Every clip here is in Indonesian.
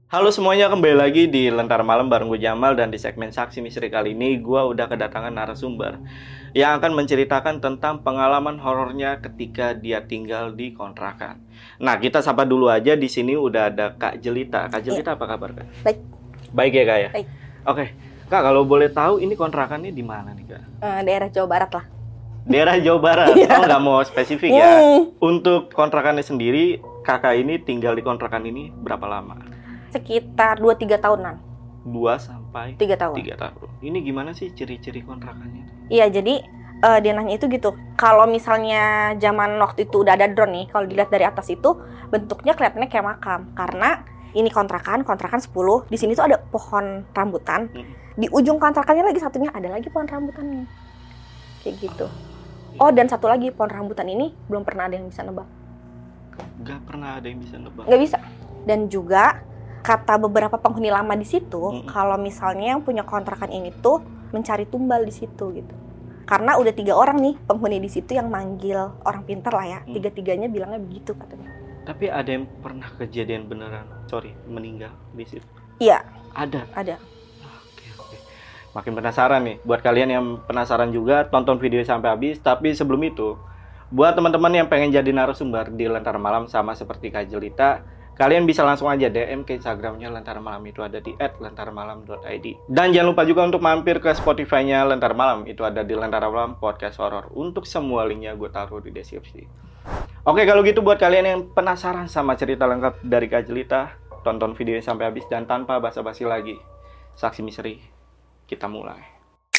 Halo semuanya, kembali lagi di Lentera Malam bareng gue Jamal. Dan di segmen Saksi Misteri kali ini gue udah kedatangan narasumber yang akan menceritakan tentang pengalaman horornya ketika dia tinggal di kontrakan. Nah, kita sapa dulu aja. Di sini udah ada Kak Jelita. Kak Jelita, apa kabar, Kak? Baik. Baik ya, Kak ya? Baik. Oke, Kak, kalau boleh tahu ini kontrakannya di mana nih, Kak? Daerah Jawa Barat lah. Daerah Jawa Barat. Oh, nggak mau spesifik ya. Untuk kontrakannya sendiri, Kakak ini tinggal di kontrakan ini berapa lama? Sekitar 2-3 tahunan. 2 sampai 3 tahun. 3 tahun. Ini gimana sih ciri-ciri kontrakannya? Iya, jadi dia nanya itu gitu. Kalau misalnya zaman waktu itu udah ada drone nih, kalau dilihat dari atas itu bentuknya kelihatannya kayak makam. Karena ini kontrakan 10. Di sini tuh ada pohon rambutan. Di ujung kontrakannya lagi satunya ada lagi pohon rambutannya. Kayak gitu. Oh, dan satu lagi, pohon rambutan ini belum pernah ada yang bisa nebak. Gak pernah ada yang bisa nebak? Nggak bisa. Dan juga kata beberapa penghuni lama di situ, kalau misalnya yang punya kontrakan ini tuh mencari tumbal di situ gitu. Karena udah 3 orang nih penghuni di situ yang manggil orang pintar lah ya. 3-tiganya bilangnya begitu katanya. Tapi ada yang pernah kejadian beneran, meninggal di situ? Iya. Ada? Ada. Oke. Makin penasaran nih. Buat kalian yang penasaran juga, tonton video sampai habis. Tapi sebelum itu, buat teman-teman yang pengen jadi narasumber di Lentera Malam sama seperti Kak Jelita, kalian bisa langsung aja DM ke Instagramnya Lentera Malam, itu ada di @lenteramalam.id. Dan jangan lupa juga untuk mampir ke Spotify-nya Lentera Malam, itu ada di Lentera Malam Podcast Horror. Untuk semua linknya gue taruh di deskripsi. Oke, kalau gitu buat kalian yang penasaran sama cerita lengkap dari Kak Jelita, tonton videonya sampai habis. Dan tanpa basa-basi lagi, Saksi Misteri, kita mulai.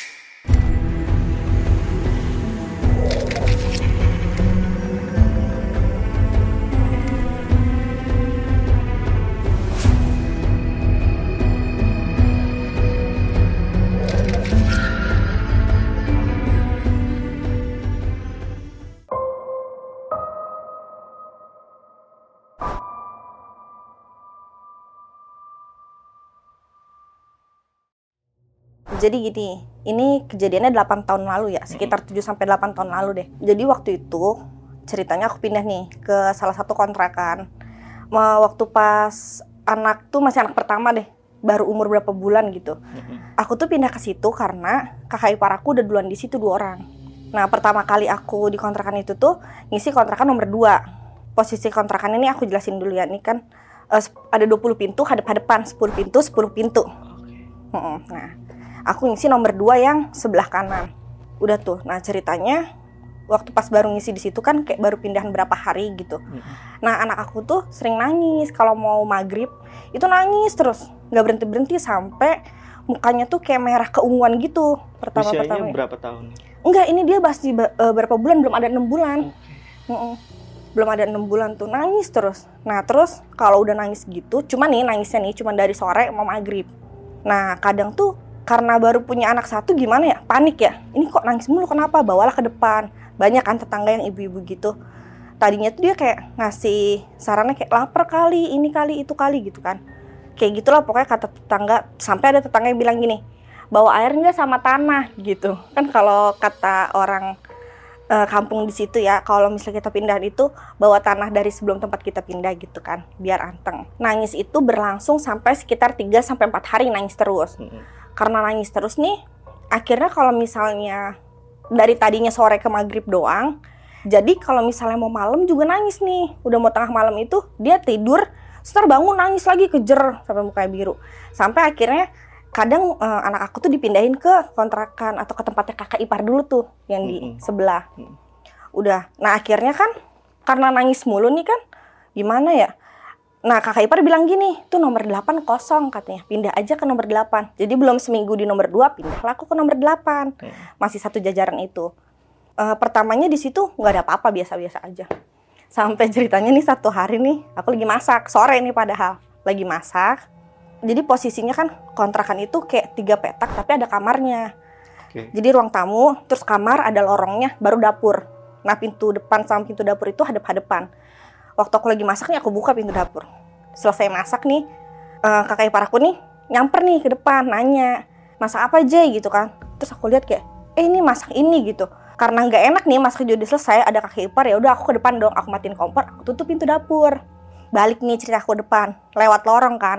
Jadi gini, ini kejadiannya 8 tahun lalu ya, sekitar 7-8 tahun lalu deh. Jadi waktu itu ceritanya aku pindah nih ke salah satu kontrakan. Waktu pas anak tuh masih anak pertama deh, baru umur berapa bulan gitu. Aku tuh pindah ke situ karena kakak ipar aku udah duluan di situ 2 orang. Nah, pertama kali aku di kontrakan itu tuh ngisi kontrakan nomor 2. Posisi kontrakan ini aku jelasin dulu ya, ini kan ada 20 pintu hadap-hadapan, 10 pintu, 10 pintu. Nah, aku ngisi nomor 2 yang sebelah kanan. Udah tuh. Nah, ceritanya waktu pas baru ngisi di situ kan kayak baru pindahan berapa hari gitu. Nah, anak aku tuh sering nangis kalau mau maghrib. Itu nangis terus, nggak berhenti-berhenti sampai mukanya tuh kayak merah keunguan gitu. Pertama-pertama. Usianya berapa tahun? Enggak, ini dia masih berapa bulan, belum ada 6 bulan. Belum ada 6 bulan tuh, nangis terus. Nah, terus kalau udah nangis gitu, nangisnya cuma dari sore mau maghrib. Nah, kadang tuh karena baru punya anak satu gimana ya, panik ya. Ini kok nangis mulu, kenapa? Bawalah ke depan. Banyak kan tetangga yang ibu-ibu gitu. Tadinya tuh dia kayak ngasih sarannya kayak lapar kali, ini kali, itu kali gitu kan. Kayak gitulah pokoknya kata tetangga. Sampai ada tetangga yang bilang gini, bawa air nggak sama tanah gitu. Kan kalau kata orang kampung di situ ya, kalau misalnya kita pindah itu bawa tanah dari sebelum tempat kita pindah gitu kan, biar anteng. Nangis itu berlangsung sampai sekitar 3-4 hari nangis terus. Karena nangis terus nih, akhirnya kalau misalnya dari tadinya sore ke maghrib doang, jadi kalau misalnya mau malam juga nangis nih. Udah mau tengah malam itu dia tidur, setelah bangun nangis lagi kejer sampai mukanya biru. Sampai akhirnya kadang anak aku tuh dipindahin ke kontrakan atau ke tempatnya kakak ipar dulu tuh yang di sebelah. Udah. Nah, akhirnya kan karena nangis mulu nih kan, gimana ya? Nah, kakak ipar bilang gini, tuh nomor 8 kosong katanya. Pindah aja ke nomor 8. Jadi belum seminggu di nomor 2, pindahlah aku ke nomor 8. Masih satu jajaran itu. Pertamanya di situ nggak ada apa-apa, biasa-biasa aja. Sampai ceritanya nih satu hari nih, aku lagi masak. Sore nih padahal. Lagi masak. Jadi posisinya kan kontrakan itu kayak 3 petak tapi ada kamarnya. Jadi ruang tamu, terus kamar, ada lorongnya, baru dapur. Nah, pintu depan sama pintu dapur itu hadap-hadapan. Waktu aku lagi masak nih, aku buka pintu dapur. Selesai masak nih, kakak ipar aku nih nyamper nih ke depan, nanya, masak apa Jay gitu kan. Terus aku lihat kayak, ini masak ini gitu. Karena nggak enak nih, masak udah selesai, ada kakak ipar, ya udah aku ke depan dong, aku matiin kompor, aku tutup pintu dapur. Balik nih cerita aku depan, lewat lorong kan.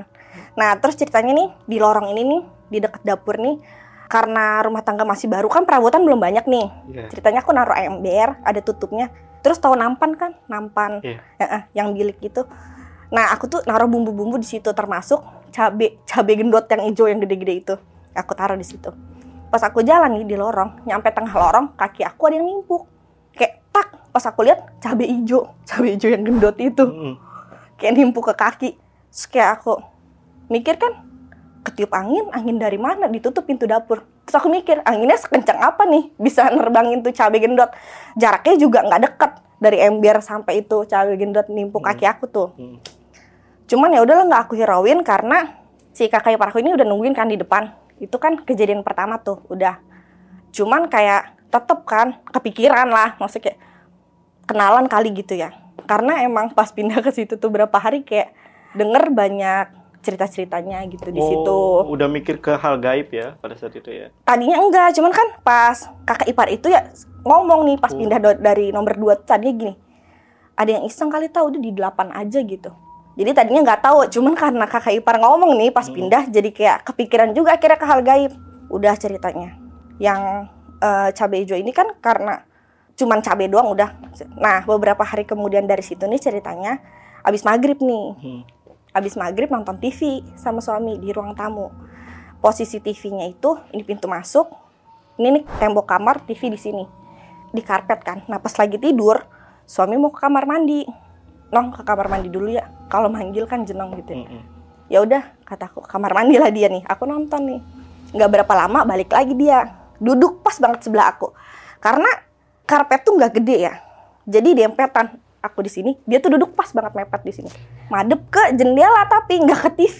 Nah terus ceritanya nih di lorong ini nih, di dekat dapur nih, karena rumah tangga masih baru kan, perabotan belum banyak nih. Ceritanya aku naruh ember, ada tutupnya. Terus tahu nampan kan, nampan yang bilik gitu. Nah aku tuh naruh bumbu-bumbu di situ, termasuk cabe gendot yang hijau yang gede-gede itu. Aku taruh di situ. Pas aku jalan nih di lorong, nyampe tengah lorong, kaki aku ada yang nimpuk. Kayak tak, pas aku lihat cabe hijau yang gendot itu. Kayak nimpuk ke kaki. Terus kayak aku mikir kan, ketiup angin dari mana? Ditutup pintu dapur. Terus aku mikir, anginnya sekencang apa nih bisa nerbangin tuh cabe gendot? Jaraknya juga nggak deket dari ember sampai itu cabe gendot nimpuk kaki aku tuh. Cuman ya udahlah, nggak aku hirauin karena si kakak ipar aku ini udah nungguin kan di depan. Itu kan kejadian pertama tuh, udah. Cuman kayak tetep kan kepikiran lah, maksudnya kayak kenalan kali gitu ya. Karena emang pas pindah ke situ tuh berapa hari kayak denger banyak cerita-ceritanya gitu di situ. Udah mikir ke hal gaib ya pada saat itu ya? Tadinya enggak, cuman kan pas kakak ipar itu ya ngomong nih pas pindah dari nomor 2 tadinya gini. Ada yang iseng kali tahu udah di 8 aja gitu. Jadi tadinya nggak tahu, cuman karena kakak ipar ngomong nih pas pindah, jadi kayak kepikiran juga akhirnya ke hal gaib. Udah ceritanya. Yang cabai hijau ini kan karena cuman cabai doang udah. Nah beberapa hari kemudian dari situ nih ceritanya, abis maghrib nih. Abis maghrib nonton TV sama suami di ruang tamu. Posisi TV-nya itu, ini pintu masuk, ini nih tembok kamar, TV di sini. Di karpet kan. Nah pas lagi tidur, suami mau ke kamar mandi. Nong ke kamar mandi dulu ya. Kalau manggil kan jenong gitu ya. Ya udah, kataku kamar mandi lah dia nih. Aku nonton nih. Nggak berapa lama balik lagi dia. Duduk pas banget sebelah aku. Karena karpet tuh nggak gede ya. Jadi dempetan. Aku di sini, dia tuh duduk pas banget mepet di sini. Madep ke jendela tapi nggak ke TV.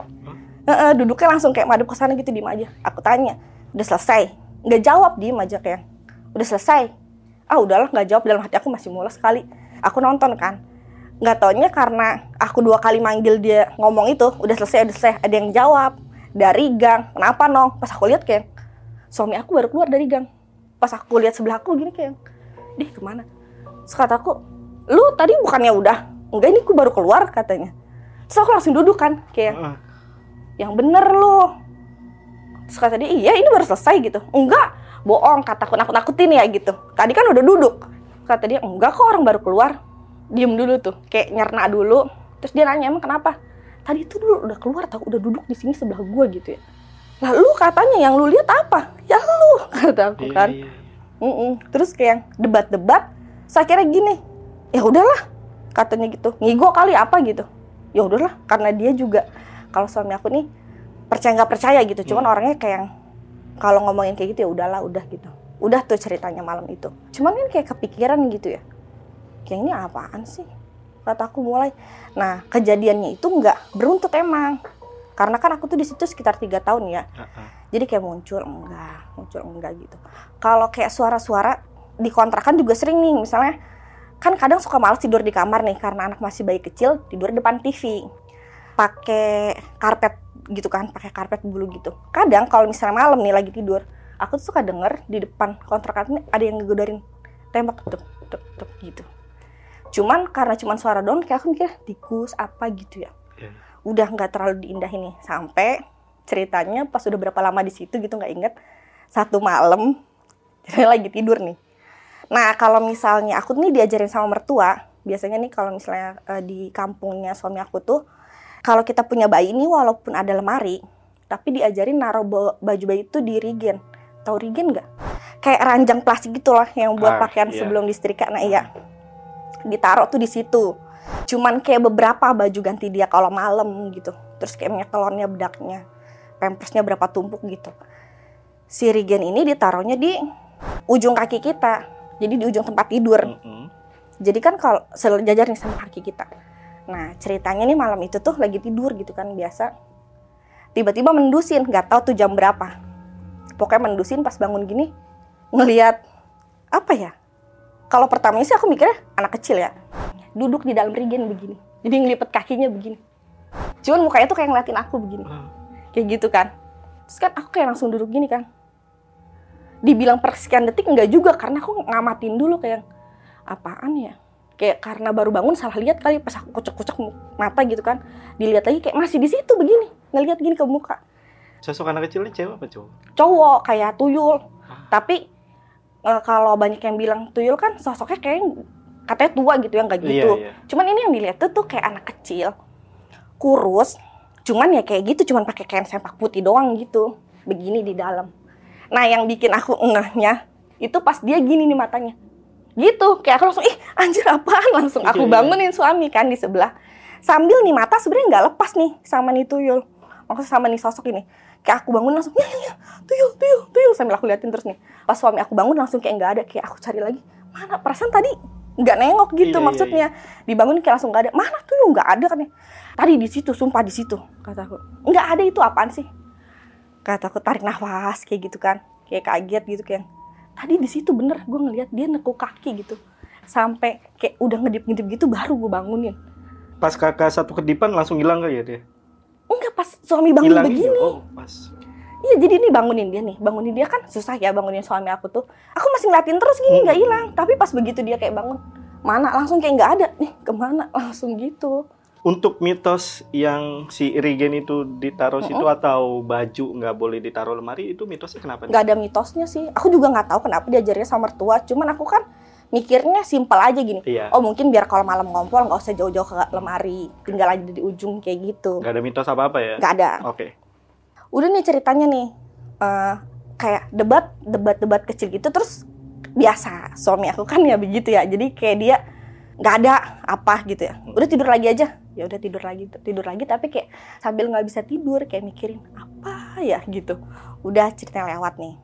Duduknya langsung kayak madep ke sana gitu, diem aja. Aku tanya, udah selesai? Nggak jawab, diem aja kayak. Udah selesai? Ah udahlah, nggak jawab. Dalam hati aku masih mules sekali. Aku nonton kan. Nggak taunya karena aku 2 kali manggil dia ngomong itu, udah selesai, ada yang jawab dari gang. Kenapa Nong? Pas aku lihat kayak suami aku baru keluar dari gang. Pas aku lihat sebelah aku gini kayak, "Dih, kemana?" Terus kata aku, "Lu tadi bukannya udah?" "Enggak, ini aku baru keluar," katanya. Terus aku langsung duduk kan kayak, "Yang bener lu." Terus kata dia, "Iya, ini baru selesai," gitu. "Enggak, bohong," kataku, nakut-nakutin ya gitu. "Tadi kan udah duduk." Kata dia, "Enggak kok, orang baru keluar." Diem dulu tuh, kayak nyerna dulu. Terus dia nanya, "Emang kenapa?" "Tadi tuh dulu udah keluar, tau, udah duduk di sini sebelah gua," gitu ya. "Lah lu katanya yang lu lihat apa?" "Ya lu," kata aku kan. Terus kayak debat-debat. Terus akhirnya gini, "Ya udahlah," katanya gitu. "Ngigo kali apa gitu." Ya udahlah, karena dia juga kalau suami aku nih percaya nggak percaya gitu. Cuman orangnya kayak kalau ngomongin kayak gitu ya udahlah, udah gitu. Udah tuh ceritanya malam itu. Cuman kan kayak kepikiran gitu ya. Kayak ini apaan sih? Kataku mulai. Nah, kejadiannya itu nggak beruntut emang. Karena kan aku tuh di situ sekitar 3 tahun ya. Jadi kayak muncul enggak gitu. Kalau kayak suara-suara di kontrakan juga sering nih, misalnya kan kadang suka malas tidur di kamar nih karena anak masih bayi kecil, tidur depan TV. Pakai karpet gitu kan, pakai karpet bulu gitu. Kadang kalau misalnya malam nih lagi tidur, aku tuh suka denger di depan kontrakan ini ada yang ngegodarin tembok tuk gitu. Cuman karena suara doang kayak aku mikir tikus apa gitu ya. Udah nggak terlalu diindahin nih. Sampai ceritanya pas udah berapa lama di situ gitu nggak inget. Satu malam saya lagi tidur nih. Nah kalau misalnya aku nih diajarin sama mertua, biasanya nih kalau misalnya di kampungnya suami aku tuh, kalau kita punya bayi nih walaupun ada lemari, tapi diajarin naruh baju bayi itu di rigen. Tahu rigen nggak? Kayak ranjang plastik gitu loh yang buat pakaian sebelum disetrika. Nah iya, ditaruh tuh di situ. Cuman kayak beberapa baju ganti dia kalau malam gitu. Terus kayak nyetelonnya, bedaknya, pampersnya berapa tumpuk gitu. Si rigen ini ditaruhnya di ujung kaki kita. Jadi di ujung tempat tidur. Jadi kan kalau sejajar nih sama kaki kita. Nah ceritanya nih malam itu tuh lagi tidur gitu kan biasa. Tiba-tiba mendusin, nggak tahu tuh jam berapa. Pokoknya mendusin pas bangun gini ngelihat apa ya? Kalau pertamanya sih aku mikirnya anak kecil ya. Duduk di dalam rigen begini. Jadi ngelipet kakinya begini. Cuman mukanya tuh kayak ngeliatin aku begini. Kayak gitu kan. Terus kan aku kayak langsung duduk gini kan. Dibilang persekian detik enggak juga karena aku ngamatin dulu kayak apaan ya. kayak karena baru bangun salah lihat kali, pas aku kucek-kucek mata gitu kan, dilihat lagi kayak masih di situ begini, ngelihat gini ke muka. Sosok anak kecil ini cewek apa cowok? Cowok kayak tuyul. Tapi kalau banyak yang bilang tuyul kan sosoknya kayak katanya tua gitu ya, nggak gitu. Iya. Cuman ini yang dilihat tuh kayak anak kecil, kurus, cuman ya kayak gitu, cuman pakai kain sempak putih doang gitu, begini di dalam. Nah yang bikin aku ngehnya itu pas dia gini nih matanya, gitu, kayak aku langsung anjir apaan, langsung aku bangunin suami kan di sebelah, sambil nih mata sebenarnya nggak lepas nih sama nih tuyul, maksudnya sama nih sosok ini. Kayak aku bangun langsung ya, tuyul sambil aku liatin terus nih. Pas suami aku bangun langsung kayak nggak ada, kayak aku cari lagi, mana perasaan tadi nggak nengok gitu, maksudnya dibangun kayak langsung nggak ada, mana tuyul, nggak ada kan ya, tadi di situ, sumpah di situ, kata aku. Nggak ada, itu apaan sih, kata aku, tarik nafas kayak gitu kan, kayak kaget gitu, kayak tadi di situ bener gue ngeliat dia nekuk kaki gitu, sampai kayak udah ngedip-ngedip gitu baru gue bangunin. Pas kakak satu kedipan langsung hilang kali ya dia? Enggak, pas suami bangun Hilang begini. Oh, pas. Iya, jadi ini bangunin dia kan susah ya bangunin suami aku tuh. Aku masih ngeliatin terus gini, nggak hilang. Tapi pas begitu dia kayak bangun, mana langsung kayak nggak ada nih, kemana langsung gitu. Untuk mitos yang si Irigen itu ditaruh situ atau baju nggak boleh ditaruh lemari, itu mitosnya kenapa? Nggak ada mitosnya sih. Aku juga nggak tahu kenapa diajarnya sama mertua. Cuman aku kan mikirnya simpel aja gini. Iya. Oh mungkin biar kalau malam ngompol nggak usah jauh-jauh ke lemari, tinggal aja di ujung kayak gitu. Nggak ada mitos apa-apa ya? Nggak ada. Oke. Udah nih ceritanya nih, kayak debat kecil gitu, terus biasa suami aku kan ya begitu ya, jadi kayak dia nggak ada apa gitu ya, udah tidur lagi aja, ya udah tidur lagi, tapi kayak sambil nggak bisa tidur kayak mikirin apa ya gitu. Udah ceritanya lewat nih.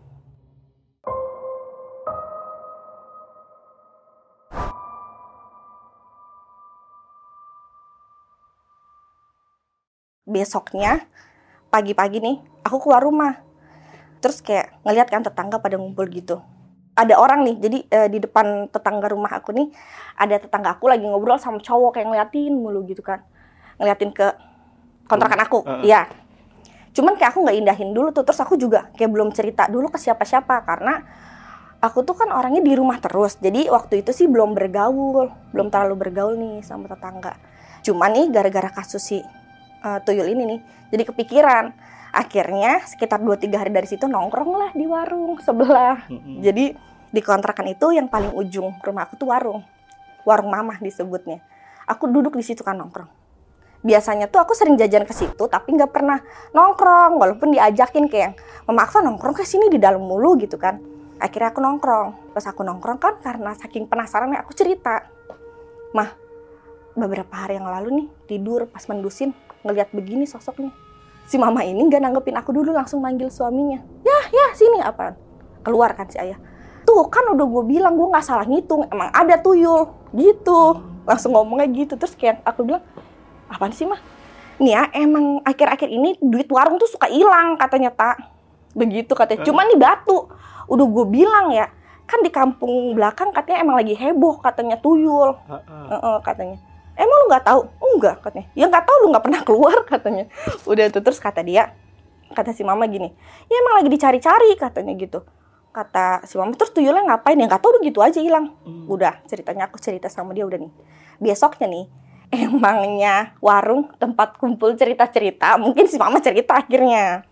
Besoknya pagi-pagi nih, aku keluar rumah. Terus kayak ngeliat kan tetangga pada ngumpul gitu. Ada orang nih, jadi di depan tetangga rumah aku nih, ada tetangga aku lagi ngobrol sama cowok kayak ngeliatin mulu gitu kan. Ngeliatin ke kontrakan aku, iya. Cuman kayak aku nggak indahin dulu tuh, terus aku juga kayak belum cerita dulu ke siapa-siapa. Karena aku tuh kan orangnya di rumah terus, jadi waktu itu sih belum terlalu bergaul nih sama tetangga. Cuman nih gara-gara kasus si tuyul ini nih, jadi kepikiran. Akhirnya sekitar 2-3 hari dari situ nongkrong lah di warung sebelah. Jadi di kontrakan itu yang paling ujung rumah aku tuh warung mamah disebutnya. Aku duduk di situ kan nongkrong. Biasanya tuh aku sering jajan ke situ tapi nggak pernah nongkrong, walaupun diajakin kayak Mama Akfa nongkrong ke sini di dalam mulu gitu kan. Akhirnya aku nongkrong. Pas aku nongkrong kan karena saking penasarannya aku cerita. Mah, beberapa hari yang lalu nih tidur pas mendusin ngelihat begini sosoknya. Si mama ini nggak nanggepin aku dulu, langsung manggil suaminya. Ya sini apaan? Keluar kan si ayah. Tuh kan udah gue bilang, gue nggak salah ngitung, emang ada tuyul gitu. Langsung ngomongnya gitu. Terus kayak aku bilang, apaan sih mah? Nih ya emang akhir-akhir ini duit warung tuh suka hilang katanya tak. Begitu katanya. Cuman nih Batu. Udah gue bilang ya, kan di kampung belakang katanya emang lagi heboh katanya tuyul. Katanya. Emang lu nggak tahu? Enggak katanya. Ya nggak tahu, lu nggak pernah keluar katanya. Udah tuh, terus kata si mama gini, ya emang lagi dicari-cari katanya gitu. Kata si mama, terus tuyulnya ngapain? Ya nggak tahu, udah gitu aja hilang. Udah ceritanya aku cerita sama dia udah nih. Besoknya nih, emangnya warung tempat kumpul cerita-cerita. Mungkin si mama cerita akhirnya.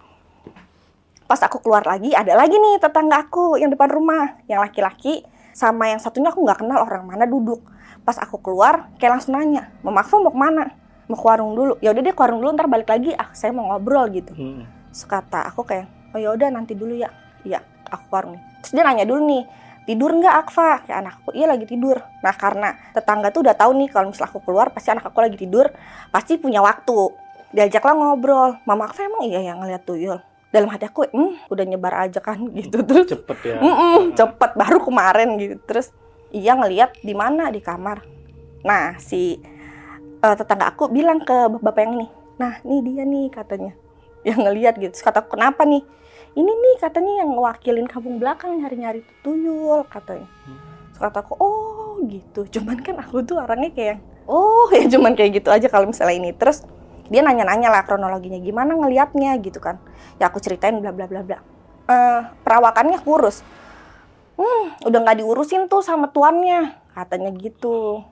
Pas aku keluar lagi, ada lagi nih tetangga aku yang depan rumah, yang laki-laki sama yang satunya aku nggak kenal orang mana duduk. Pas aku keluar, kayak langsung nanya, Mama Akfa mau kemana? Mau ke warung dulu. Ya udah deh ke warung dulu, ntar balik lagi. Saya mau ngobrol gitu. Terus kata aku kayak, oh ya udah nanti dulu ya. Iya, aku ke warung nih. Terus dia nanya dulu nih, tidur nggak Akfa? Kayak anak aku, iya lagi tidur. Nah karena tetangga tuh udah tahu nih kalau misalnya aku keluar, pasti anak aku lagi tidur, pasti punya waktu. Diajaklah ngobrol. Mama Akfa emang iya yang ngeliat tuyul. Dalam hati aku, udah nyebar aja kan gitu. Terus cepet ya. Cepet baru kemarin gitu. Terus iya ngeliat di mana, di kamar. Nah si tetangga aku bilang ke bapak yang ini, nah ini dia nih katanya yang ngeliat gitu. Terus kata aku, kenapa nih? Ini nih katanya yang ngewakilin kampung belakang nyari-nyari tuyul katanya. Terus kata aku, oh gitu. Cuman kan aku tuh orangnya kayak, oh ya cuman kayak gitu aja kalau misalnya ini. Terus dia nanya-nanya lah kronologinya gimana ngeliatnya gitu kan. Ya aku ceritain bla bla bla bla. Perawakannya kurus. Udah nggak diurusin tuh sama tuannya katanya gitu.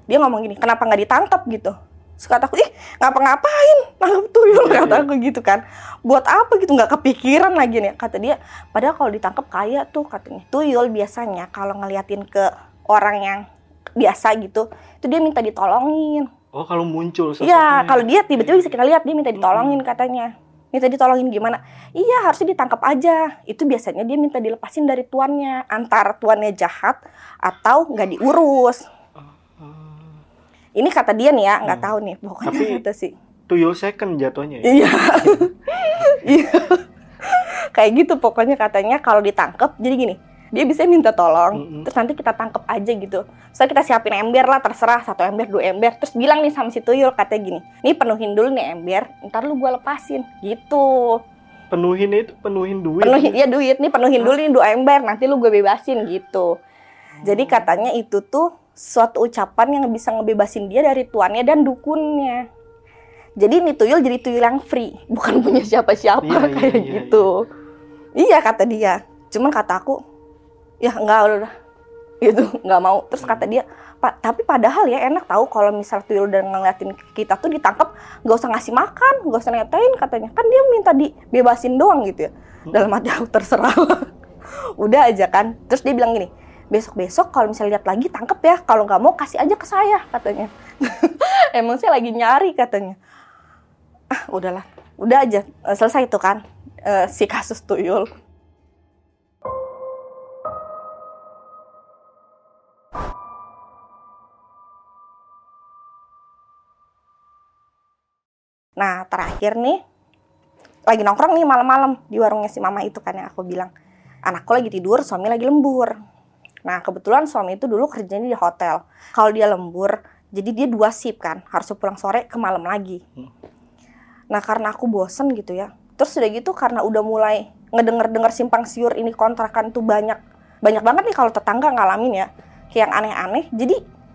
Dia ngomong gini, kenapa nggak ditangkap gitu? Terus kata aku, ngapa-ngapain nangkep tuyul, kata aku gitu kan. Buat apa gitu, nggak kepikiran lagi nih. Kata dia, padahal kalau ditangkap kaya tuh katanya. Tuyul biasanya kalau ngeliatin ke orang yang biasa gitu, itu dia minta ditolongin. Oh, kalau muncul sosoknya. Iya, kalau dia tiba-tiba bisa kita lihat dia minta ditolongin katanya. Minta ditolongin gimana? Iya, harusnya ditangkap aja. Itu biasanya dia minta dilepasin dari tuannya. Antara tuannya jahat atau nggak diurus. Ini kata dia nih ya, nggak tahu nih. Pokoknya tapi, kata sih. Tuyul second jatuhnya ya? Iya. Iya. Kayak gitu pokoknya katanya kalau ditangkap, jadi gini. Dia bisa minta tolong, terus nanti kita tangkep aja gitu. Soalnya kita siapin ember lah, terserah 1 ember, 2 ember. Terus bilang nih sama si tuyul, katanya gini, nih penuhin dulu nih ember, ntar lu gua lepasin, gitu. Penuhin itu, penuhin duit? Iya duit, nih penuhin dulu nih 2 ember, nanti lu gue bebasin, gitu. Jadi katanya itu tuh suatu ucapan yang bisa ngebebasin dia dari tuannya dan dukunnya. Jadi nih tuyul jadi tuyul yang free, bukan punya siapa-siapa kayak gitu. Iya kata dia, cuman kata aku, ya enggak udah itu nggak mau. Terus kata dia, Pak, tapi padahal ya enak tahu kalau misal tuyul udah ngeliatin kita tuh ditangkap, nggak usah ngasih makan, nggak usah ngetain katanya, kan dia minta dibebasin doang gitu ya. Dalam hati aku terserah. Udah aja kan. Terus dia bilang gini, besok kalau misalnya lihat lagi tangkep ya, kalau nggak mau kasih aja ke saya katanya. Emang saya lagi nyari katanya. Udahlah, udah aja selesai itu kan si kasus tuyul. Nah, terakhir nih, lagi nongkrong nih malam-malam di warungnya si mama itu kan yang aku bilang. Anakku lagi tidur, suami lagi lembur. Nah, kebetulan suami itu dulu kerjanya di hotel. Kalau dia lembur, jadi dia 2 shift kan, harus pulang sore ke malam lagi. Nah, karena aku bosen gitu ya. Terus udah gitu karena udah mulai ngedenger simpang siur ini kontrakan tuh banyak banget nih kalau tetangga ngalamin ya. Kayak yang aneh-aneh, jadi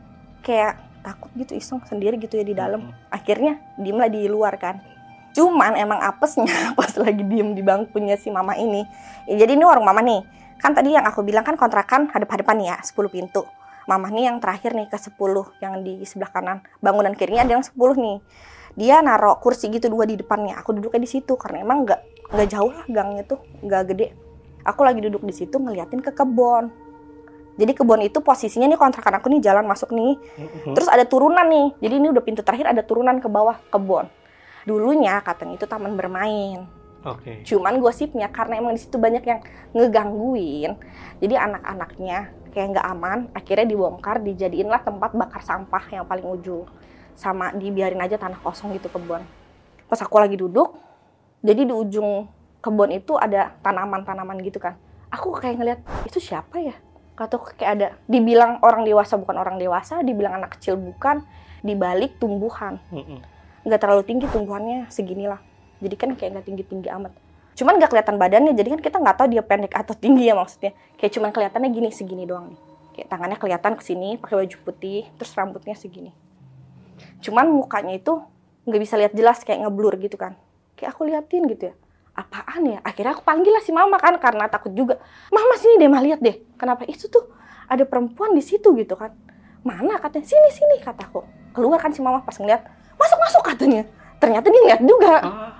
kayak takut gitu, iseng sendiri gitu ya di dalam. Akhirnya diem lah di luar kan. Cuman emang apesnya pas lagi diem di bangkunya si mama ini. Ya, jadi ini warung mama nih. Kan tadi yang aku bilang kan kontrakan hadap-hadapan nih ya, 10 pintu. Mama nih yang terakhir nih ke 10 yang di sebelah kanan. Bangunan kirinya ada yang 10 nih. Dia naruh kursi gitu 2 di depannya. Aku duduknya di situ karena emang nggak jauh lah gangnya tuh, nggak gede. Aku lagi duduk di situ ngeliatin ke kebon. Jadi kebun itu posisinya nih kontrakan aku nih jalan masuk nih. Terus ada turunan nih. Jadi ini udah pintu terakhir ada turunan ke bawah kebun. Dulunya katanya itu taman bermain. Oke. Cuman gosipnya karena emang di situ banyak yang ngegangguin. Jadi anak-anaknya kayak nggak aman. Akhirnya dibongkar, dijadiin lah tempat bakar sampah yang paling ujung. Sama dibiarin aja tanah kosong gitu kebun. Pas aku lagi duduk, jadi di ujung kebun itu ada tanaman-tanaman gitu kan. Aku kayak ngeliat, itu siapa ya? Kata kayak ada, dibilang orang dewasa bukan orang dewasa, dibilang anak kecil bukan, dibalik tumbuhan. Nggak terlalu tinggi tumbuhannya, seginilah. Jadi kan kayak nggak tinggi-tinggi amat. Cuman nggak kelihatan badannya, jadi kan kita nggak tahu dia pendek atau tinggi ya maksudnya. Kayak cuman kelihatannya gini, segini doang nih. Kayak tangannya kelihatan kesini, pakai baju putih, terus rambutnya segini. Cuman mukanya itu nggak bisa lihat jelas, kayak ngeblur gitu kan. Kayak aku liatin gitu ya. Apaan ya? Akhirnya aku panggil lah si mama kan, karena takut juga. Mama sini deh, mah lihat deh. Kenapa itu tuh ada perempuan di situ gitu kan? Mana katanya? Sini kataku. Keluar kan si mama pas ngeliat, masuk katanya. Ternyata dia ngeliat juga.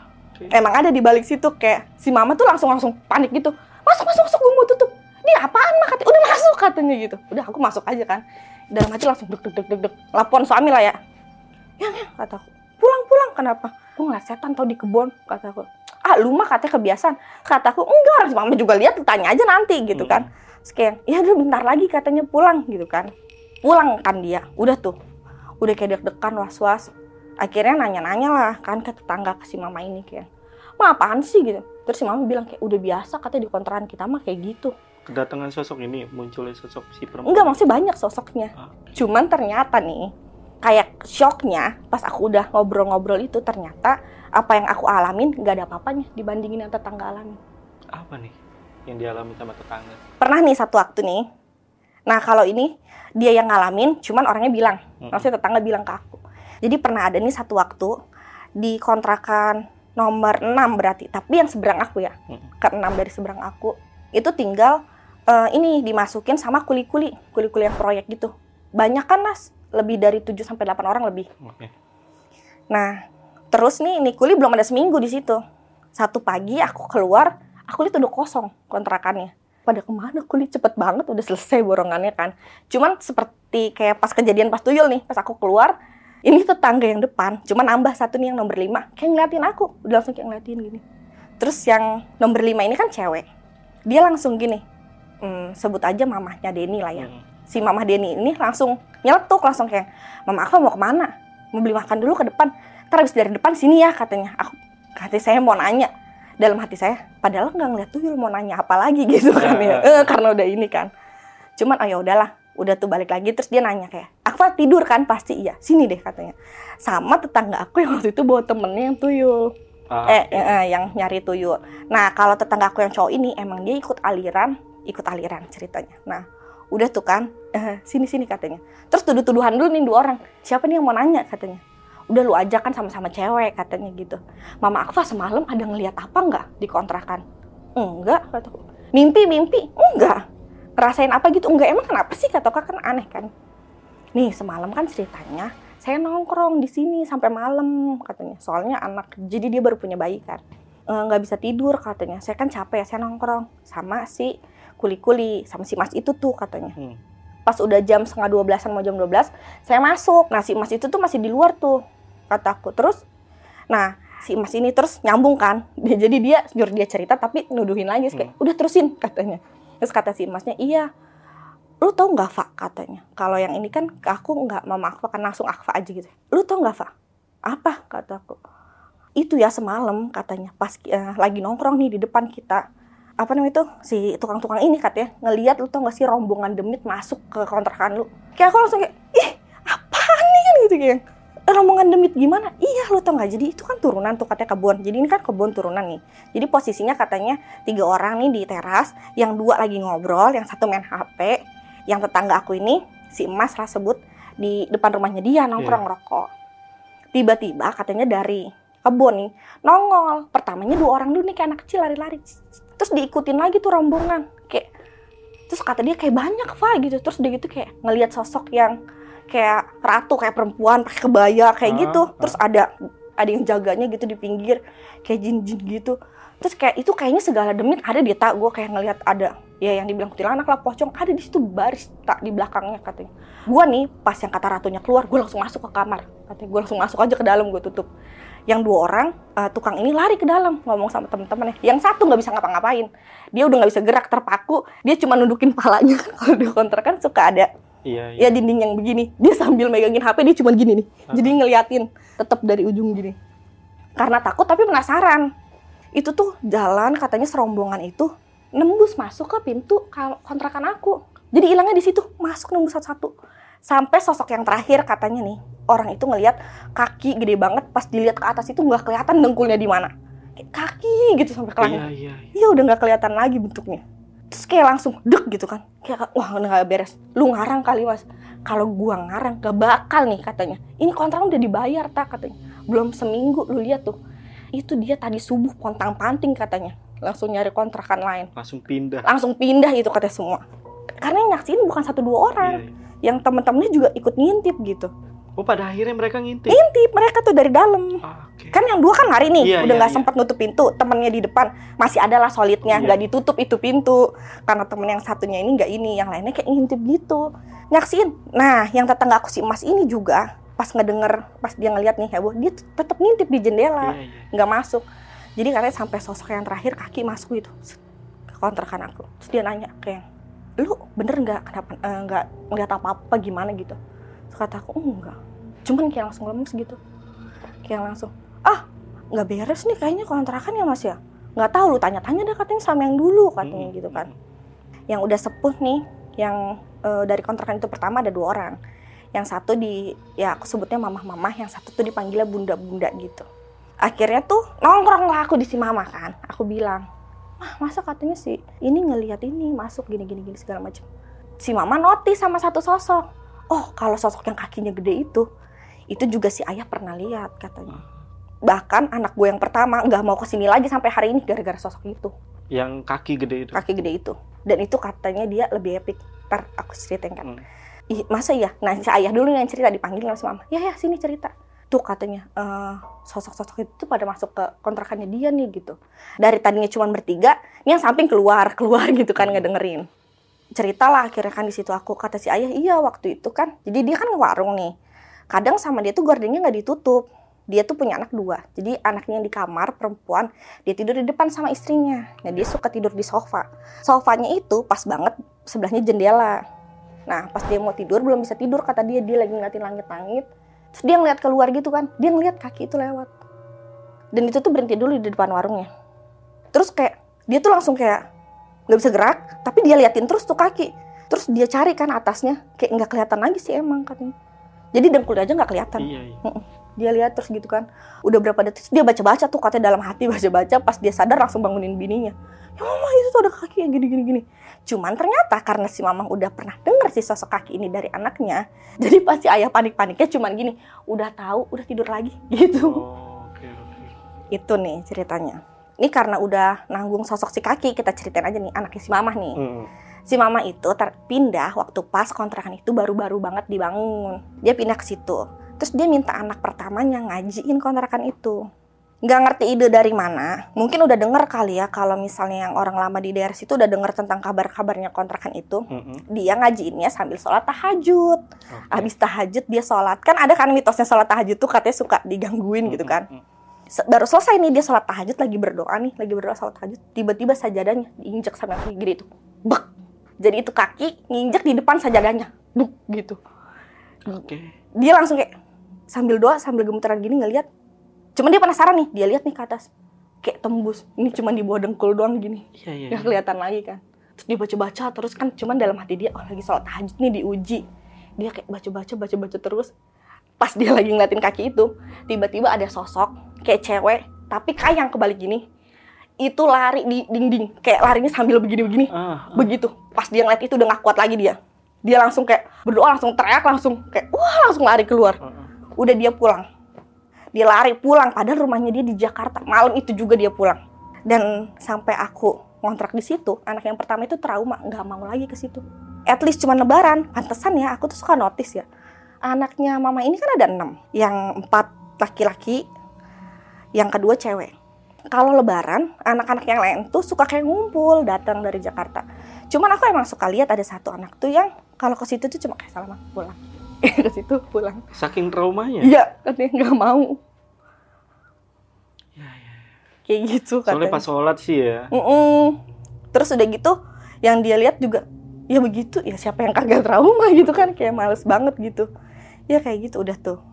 Emang ada di balik situ, kayak si mama tuh langsung panik gitu. Masuk, gue mau tutup. Dia apaan mah katanya? Udah masuk katanya gitu. Udah aku masuk aja kan. Dalam hati langsung deg. Lapor suami lah ya. Yang kataku. Pulang kenapa? Gue ngeliat setan tau di kebun kataku. Lu mah katanya kebiasaan. Kataku, enggak, orang si mama juga lihat, tanya aja nanti gitu kan. Terus kayak, ya udah bentar lagi katanya pulang gitu kan. Pulang kan dia, udah tuh. Udah kayak deg-degan, was-was. Akhirnya nanya-nanya lah kan ke tetangga, ke si mama ini kayak, "Ma, apaan sih?" gitu. Terus si mama bilang kayak, udah biasa katanya di kontrakan kita mah kayak gitu. Kedatangan sosok ini, munculnya sosok si perempuan? Enggak, maksudnya banyak sosoknya. Cuman ternyata nih, kayak shocknya pas aku udah ngobrol-ngobrol itu, ternyata apa yang aku alamin gak ada apa-apanya dibandingin yang tetangga alami. Apa nih yang dialami sama tetangga? Pernah nih satu waktu nih. Nah kalau ini dia yang ngalamin, cuman orangnya bilang, maksudnya tetangga bilang ke aku. Jadi pernah ada nih satu waktu di kontrakan nomor 6 berarti, tapi yang seberang aku ya, ke-6 dari seberang aku. Itu tinggal ini dimasukin sama kuli-kuli yang proyek gitu. Banyak kan Nas, lebih dari 7 sampai 8 orang lebih. Oke. Nah, terus nih Kuli belum ada seminggu di situ. Satu pagi aku keluar, aku lihat udah kosong kontrakannya. Pada kemana Kuli, cepet banget udah selesai borongannya kan. Cuman seperti kayak pas kejadian pas tuyul nih, pas aku keluar, ini tetangga yang depan, cuma nambah satu nih yang nomor 5, kayak ngeliatin aku, udah langsung kayak ngeliatin gini. Terus yang nomor 5 ini kan cewek, dia langsung gini, sebut aja mamahnya Denny lah ya. Si mamah Denny ini langsung nyeletuk, langsung kayak, Mama Akfa mau kemana? Mau beli makan dulu ke depan, ntar habis dari depan sini ya katanya. Hati saya mau nanya, dalam hati saya, padahal nggak ngeliat tuyul, mau nanya apa lagi gitu kan ya, karena udah ini kan. Cuman oh ya udahlah, udah tuh balik lagi, terus dia nanya kayak, Akfa tidur kan? Pasti iya, sini deh katanya. Sama tetangga aku yang waktu itu bawa temennya yang tuyul, yang nyari tuyul. Nah kalau tetangga aku yang cowok ini emang dia ikut aliran ceritanya. Nah udah tuh kan, sini katanya. Terus tuduh-tuduhan dulu nih 2 orang, siapa nih yang mau nanya katanya. Udah lu aja kan sama-sama cewek katanya gitu. Mama Akfa semalam ada ngeliat apa nggak di kontrakan? Enggak kataku. Mimpi? Enggak. Ngerasain apa gitu? Enggak. Emang kenapa sih kataku, kan aneh kan? Nih semalam kan ceritanya saya nongkrong di sini sampai malam katanya. Soalnya jadi dia baru punya bayi kan. Nggak bisa tidur katanya. Saya kan capek ya, saya nongkrong sama si Kuli sama si Mas itu tuh katanya. Pas udah jam 11:30 mau jam 12, saya masuk. Nah si Mas itu tuh masih di luar tuh, kataku. Terus, nah si Mas ini terus nyambung kan. Jadi dia nyuruh dia cerita tapi nuduhin lagi. Kayak, udah terusin katanya. Terus kata si Masnya, iya. Lu tau gak Fa katanya. Kalau yang ini kan aku gak Mama Akfa, kan langsung Akfa aja gitu. Lu tau gak Fa? Apa kataku. Itu ya semalam katanya. Pas lagi nongkrong nih di depan kita. Apa namanya itu, si tukang-tukang ini katanya ngelihat, lu tau gak sih rombongan demit masuk ke kontrakan lu. Kayak aku langsung kayak, ih apaan nih kan gitu kayak, rombongan demit gimana? Iya lu tau gak, jadi itu kan turunan tuh katanya kebun. Jadi ini kan kebun turunan nih. Jadi posisinya katanya 3 orang nih di teras, yang 2 lagi ngobrol, yang 1 main HP. Yang tetangga aku ini, si Emas lah sebut, di depan rumahnya dia nongkrong rokok. Tiba-tiba katanya dari kebun nih nongol. Pertamanya 2 orang dulu nih kayak anak kecil lari-lari. Terus diikutin lagi tuh rombongan, kayak terus kata dia kayak banyak Fa gitu. Terus dia gitu kayak ngelihat sosok yang kayak ratu, kayak perempuan pakai kebaya kayak gitu. Terus ada yang jaganya gitu di pinggir kayak jin-jin gitu. Terus kayak itu kayaknya segala demit ada di tak gue, kayak ngelihat ada ya yang dibilang kuntilanak lah, pocong ada di situ baris tak di belakangnya katanya. Gue nih pas yang kata ratunya keluar, gue langsung masuk ke kamar katanya. Gue langsung masuk aja ke dalam, gue tutup. Yang 2 orang tukang ini lari ke dalam ngomong sama temen-temennya. Yang 1 nggak bisa ngapa-ngapain, dia udah nggak bisa gerak, terpaku, dia cuma nundukin palanya. Kalau di kontrakan suka ada ya dinding yang begini, dia sambil megangin HP, dia cuma gini nih, jadi ngeliatin tetap dari ujung gini karena takut tapi penasaran. Itu tuh jalan katanya serombongan itu nembus masuk ke pintu kontrakan aku, jadi hilangnya di situ, masuk nembus satu-satu sampai sosok yang terakhir katanya nih, orang itu ngelihat kaki gede banget, pas dilihat ke atas itu nggak kelihatan dengkulnya di mana, kayak kaki gitu sampai ke langit. Iya udah nggak kelihatan lagi bentuknya. Terus kayak langsung deg gitu kan, kayak wah udah nggak beres, lu ngarang kali Mas. Kalau gua ngarang gak bakal nih katanya, ini kontrak udah dibayar tak katanya, belum seminggu lu lihat tuh, itu dia tadi subuh pontang-panting katanya, langsung nyari kontrakan lain, langsung pindah itu katanya semua. Karena yang nyaksiin bukan 1-2 orang, yang temen-temennya juga ikut ngintip gitu. Oh pada akhirnya mereka ngintip mereka tuh dari dalam. Kan yang 2 kan lari nih, udah nggak sempat nutup pintu. Temennya di depan masih ada lah solidnya, nggak ditutup itu pintu karena temen yang satunya ini nggak ini, yang lainnya kayak ngintip gitu, nyaksiin. Nah yang tetangga aku si Mas ini juga pas ngedenger, pas dia ngeliat nih heboh, dia tetap ngintip di jendela, nggak masuk. Jadi katanya sampai sosok yang terakhir kaki masuk itu ke kontrakan aku. Terus dia nanya kayak, lu bener nggak, kenapa nggak ngeliat apa-apa gimana gitu. Terus kata aku enggak, cuman kayak langsung lemes gitu, kayak langsung nggak beres nih kayaknya kontrakan ya Mas ya, nggak tahu lu tanya-tanya deh katanya sama yang dulu katanya gitu kan. Yang udah sepuh nih, yang dari kontrakan itu pertama ada 2 orang, yang satu ya aku sebutnya mamah-mamah, yang satu tuh dipanggilnya bunda-bunda gitu. Akhirnya tuh nongkrong lah aku di si mama kan, aku bilang, masa katanya sih ini ngelihat ini masuk gini segala macam. Si mama notice sama satu sosok, kalau sosok yang kakinya gede itu juga si ayah pernah lihat katanya. Bahkan anak gue yang pertama nggak mau kesini lagi sampai hari ini gara-gara sosok itu. Yang kaki gede itu. Dan itu katanya dia lebih epic. Ntar aku ceritain kan. Ih, masa iya? Nah, si ayah dulu yang cerita, dipanggil sama si mama. Ya sini cerita. Tuh katanya, sosok-sosok itu pada masuk ke kontrakannya dia nih gitu. Dari tadinya cuma bertiga, ini yang samping keluar gitu kan ngedengerin. Ceritalah akhirnya kan di situ aku, kata si ayah, iya waktu itu kan, jadi dia kan ngewarung nih. Kadang sama dia tuh gordennya nggak ditutup. Dia tuh punya anak 2. Jadi anaknya yang di kamar perempuan, dia tidur di depan sama istrinya. Nah dia suka tidur di sofa. Sofanya itu pas banget sebelahnya jendela. Nah pas dia mau tidur belum bisa tidur, kata dia lagi ngeliatin langit-langit. Terus dia ngeliat keluar gitu kan, dia ngeliat kaki itu lewat. Dan itu tuh berhenti dulu di depan warungnya. Terus kayak dia tuh langsung kayak nggak bisa gerak, tapi dia liatin terus tuh kaki. Terus dia cari kan atasnya, kayak nggak kelihatan lagi sih emang katanya. Jadi dengkul aja nggak kelihatan. Iya. Dia lihat terus gitu kan. Udah berapa detik dia baca-baca tuh, katanya dalam hati baca-baca. Pas dia sadar langsung bangunin bininya. Ya mama, itu tuh ada kaki yang gini. Cuman ternyata karena si mama udah pernah denger si sosok kaki ini dari anaknya, jadi pasti ayah panik-paniknya cuman gini, udah tahu, udah tidur lagi gitu. Oke. Itu nih ceritanya. Ini karena udah nanggung sosok si kaki, kita ceritain aja nih anaknya si mama nih. Si mama itu pindah waktu pas kontrakan itu baru-baru banget dibangun. Dia pindah ke situ. Terus dia minta anak pertamanya ngajiin kontrakan itu. Nggak ngerti ide dari mana. Mungkin udah denger kali ya, kalau misalnya yang orang lama di daerah situ udah denger tentang kabar-kabarnya kontrakan itu. Dia ngajiinnya sambil sholat tahajud. Habis tahajud dia sholat. Kan ada kan mitosnya sholat tahajud tuh katanya suka digangguin gitu kan. Baru selesai nih dia sholat tahajud, lagi berdoa sholat tahajud. Tiba-tiba sajadahnya diinjek sama kaki gini tuh. Bek! Jadi itu kaki nginjek di depan sajadahnya. Duk gitu. Dia langsung kayak sambil doa, sambil gemetaran gini ngeliat. Cuman dia penasaran nih, dia lihat nih ke atas. Kayak tembus. Ini cuman di bawah dengkul doang gini. Iya. Gak kelihatan lagi kan. Terus dia baca-baca terus kan, cuman dalam hati dia, oh lagi sholat tahajud nih diuji. Dia kayak baca-baca terus. Pas dia lagi ngeliatin kaki itu, tiba-tiba ada sosok kayak cewek, tapi kayang kebalik gini. Itu lari di dinding, kayak larinya sambil begini-begini. Begitu. Pas dia ngeliat itu udah gak kuat lagi dia. Dia langsung kayak berdoa, langsung teriak, langsung kayak langsung lari keluar. Udah dia pulang. Dia lari pulang, padahal rumahnya dia di Jakarta. Malam itu juga dia pulang. Dan sampai aku ngontrak di situ, anak yang pertama itu trauma, nggak mau lagi ke situ. At least cuma lebaran, pantesan ya, aku tuh suka notice ya. Anaknya mama ini kan ada 6, yang 4 laki-laki, yang kedua cewek. Kalau lebaran, anak-anak yang lain tuh suka kayak ngumpul, datang dari Jakarta. Cuman aku emang suka lihat ada satu anak tuh yang kalau ke situ tuh cuma kayak salam pulang. Ke situ pulang. Saking traumanya? Iya, katanya nggak mau. Ya. Kayak gitu katanya. Soalnya pas sholat sih ya. Terus udah gitu, yang dia lihat juga, ya begitu, ya siapa yang kagak trauma gitu kan, kayak males banget gitu. Ya kayak gitu udah tuh.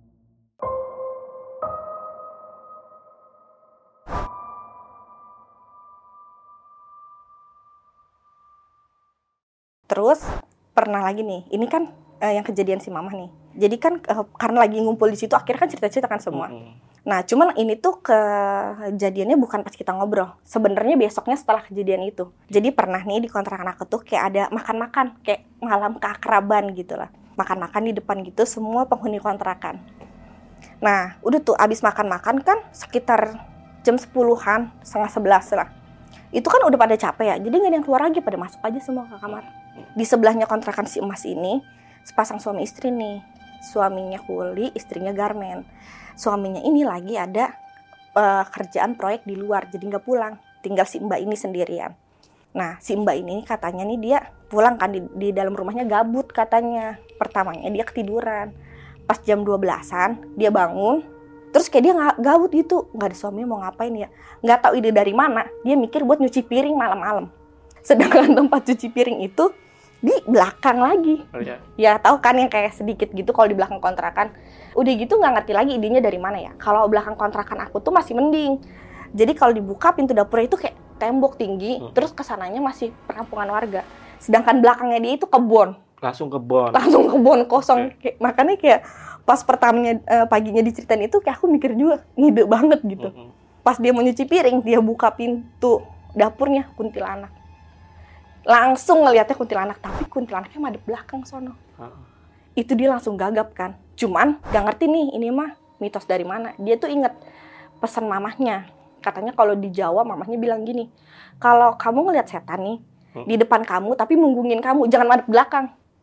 Terus pernah lagi nih, ini kan yang kejadian si mama nih. Jadi kan karena lagi ngumpul di situ, akhirnya kan cerita-cerita kan semua. Nah, cuman ini tuh kejadiannya bukan pas kita ngobrol. Sebenarnya besoknya setelah kejadian itu. Jadi pernah nih di kontrakan aku tuh kayak ada makan-makan, kayak malam keakraban gitu lah. Makan-makan di depan gitu semua penghuni kontrakan. Nah, udah tuh abis makan-makan kan sekitar jam 10-an, setengah 11 lah. Itu kan udah pada capek ya, jadi gak ada yang keluar lagi, pada masuk aja semua ke kamar. Di sebelahnya kontrakan si emas ini, sepasang suami istri nih. Suaminya kuli, istrinya garmen. Suaminya ini lagi ada kerjaan proyek di luar, jadi nggak pulang. Tinggal si mbak ini sendirian. Nah, si mbak ini katanya nih dia pulang kan di dalam rumahnya gabut katanya. Pertamanya dia ketiduran. Pas jam 12-an dia bangun, terus kayak dia gabut gitu. Nggak ada suaminya mau ngapain ya. Nggak tahu ide dari mana, dia mikir buat nyuci piring malam-malam. Sedangkan tempat cuci piring itu di belakang lagi. Ya tahu kan yang kayak sedikit gitu kalau di belakang kontrakan. Udah gitu nggak ngerti lagi idenya dari mana ya. Kalau belakang kontrakan aku tuh masih mending. Jadi kalau dibuka pintu dapurnya itu kayak tembok tinggi, terus kesananya masih perkampungan warga. Sedangkan belakangnya dia itu kebun. Langsung kebun Kosong. Kayak, makanya kayak pas pertamanya paginya diceritain itu kayak aku mikir juga ngide banget gitu. Pas dia mau nyuci piring, dia buka pintu dapurnya kuntilanak. Langsung ngelihatnya kuntilanak, tapi kuntilanaknya madep belakang sono. Itu dia langsung gagap kan. Cuman gak ngerti nih ini mah mitos dari mana. Dia tuh inget pesan mamahnya. Katanya kalau di Jawa mamahnya bilang gini, kalau kamu ngelihat setan nih di depan kamu tapi munggungin kamu, jangan madep belakang.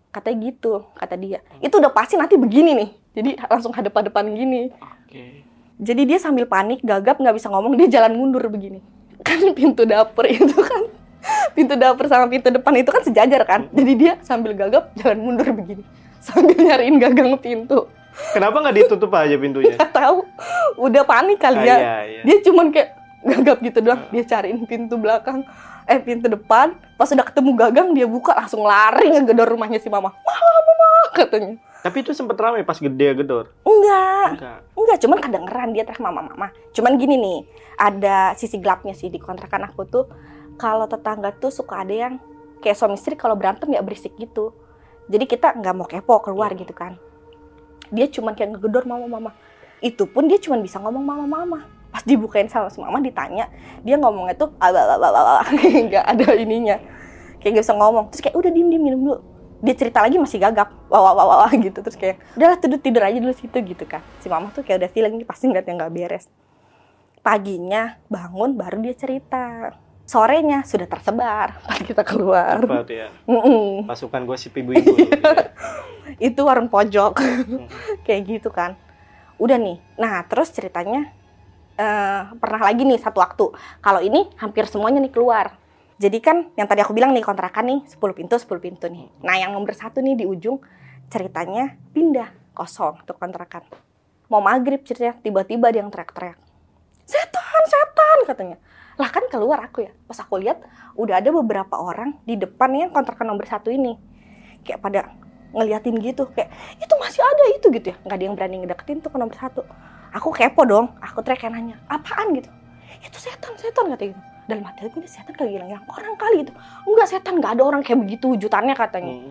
Katanya gitu, kata dia. Itu udah pasti nanti begini nih. Jadi langsung hadap-hadapan gini. Oke. Jadi dia sambil panik, gagap, nggak bisa ngomong, dia jalan mundur begini. Kan pintu dapur itu kan, pintu dapur sama pintu depan itu kan sejajar kan. Jadi dia sambil gagap, jalan mundur begini. Sambil nyariin gagang pintu. Kenapa nggak ditutup aja pintunya? Nggak tahu, udah panik kali ya. Iya. Dia cuman kayak gagap gitu doang. Dia cariin pintu belakang, pintu depan. Pas udah ketemu gagang, dia buka langsung lari ngegedor rumahnya si mama. Mama, katanya. Tapi itu sempet ramai pas gede gedor. Enggak, cuman kedengeran dia teriak mama. Cuman gini nih, ada sisi gelapnya sih di kontrakan aku tuh. Kalau tetangga tuh suka ada yang kayak suami istri kalau berantem ya berisik gitu. Jadi kita nggak mau kepo keluar gitu kan. Dia cuman kayak ngegedor mama. Itu pun dia cuman bisa ngomong mama. Pas dibukain sama si mama ditanya, dia ngomongnya tuh nggak ada ininya. Kayak nggak bisa ngomong. Terus kayak udah diem minum dulu. Dia cerita lagi masih gagap, wah gitu. Terus kayak udahlah tidur aja dulu situ gitu kan. Si mama tuh kayak udah feeling pasti ngeliat yang nggak beres. Paginya bangun baru dia cerita. Sorenya sudah tersebar pas kita keluar. Cepat ya. Pasukan gosip ibu-ibu. Itu warung pojok. Kayak gitu kan. Udah nih. Nah terus ceritanya pernah lagi nih satu waktu. Kalau ini hampir semuanya nih keluar. Jadi kan yang tadi aku bilang nih kontrakan nih 10 pintu nih. Nah yang nomor 1 nih di ujung ceritanya pindah kosong tuh kontrakan. Mau maghrib ceritanya tiba-tiba dia yang teriak-teriak. Setan katanya. Lah kan keluar aku ya. Pas aku lihat udah ada beberapa orang di depan yang kontrakan nomor 1 ini. Kayak pada ngeliatin gitu. Kayak itu masih ada itu gitu ya. Nggak ada yang berani ngedeketin tuh ke nomor 1. Aku kepo dong. Aku teriak nanya. Apaan gitu. Itu setan katanya gitu. Dalam hati aku ini setan kali hilang orang kali gitu. Enggak setan, nggak ada orang kayak begitu wujudannya katanya.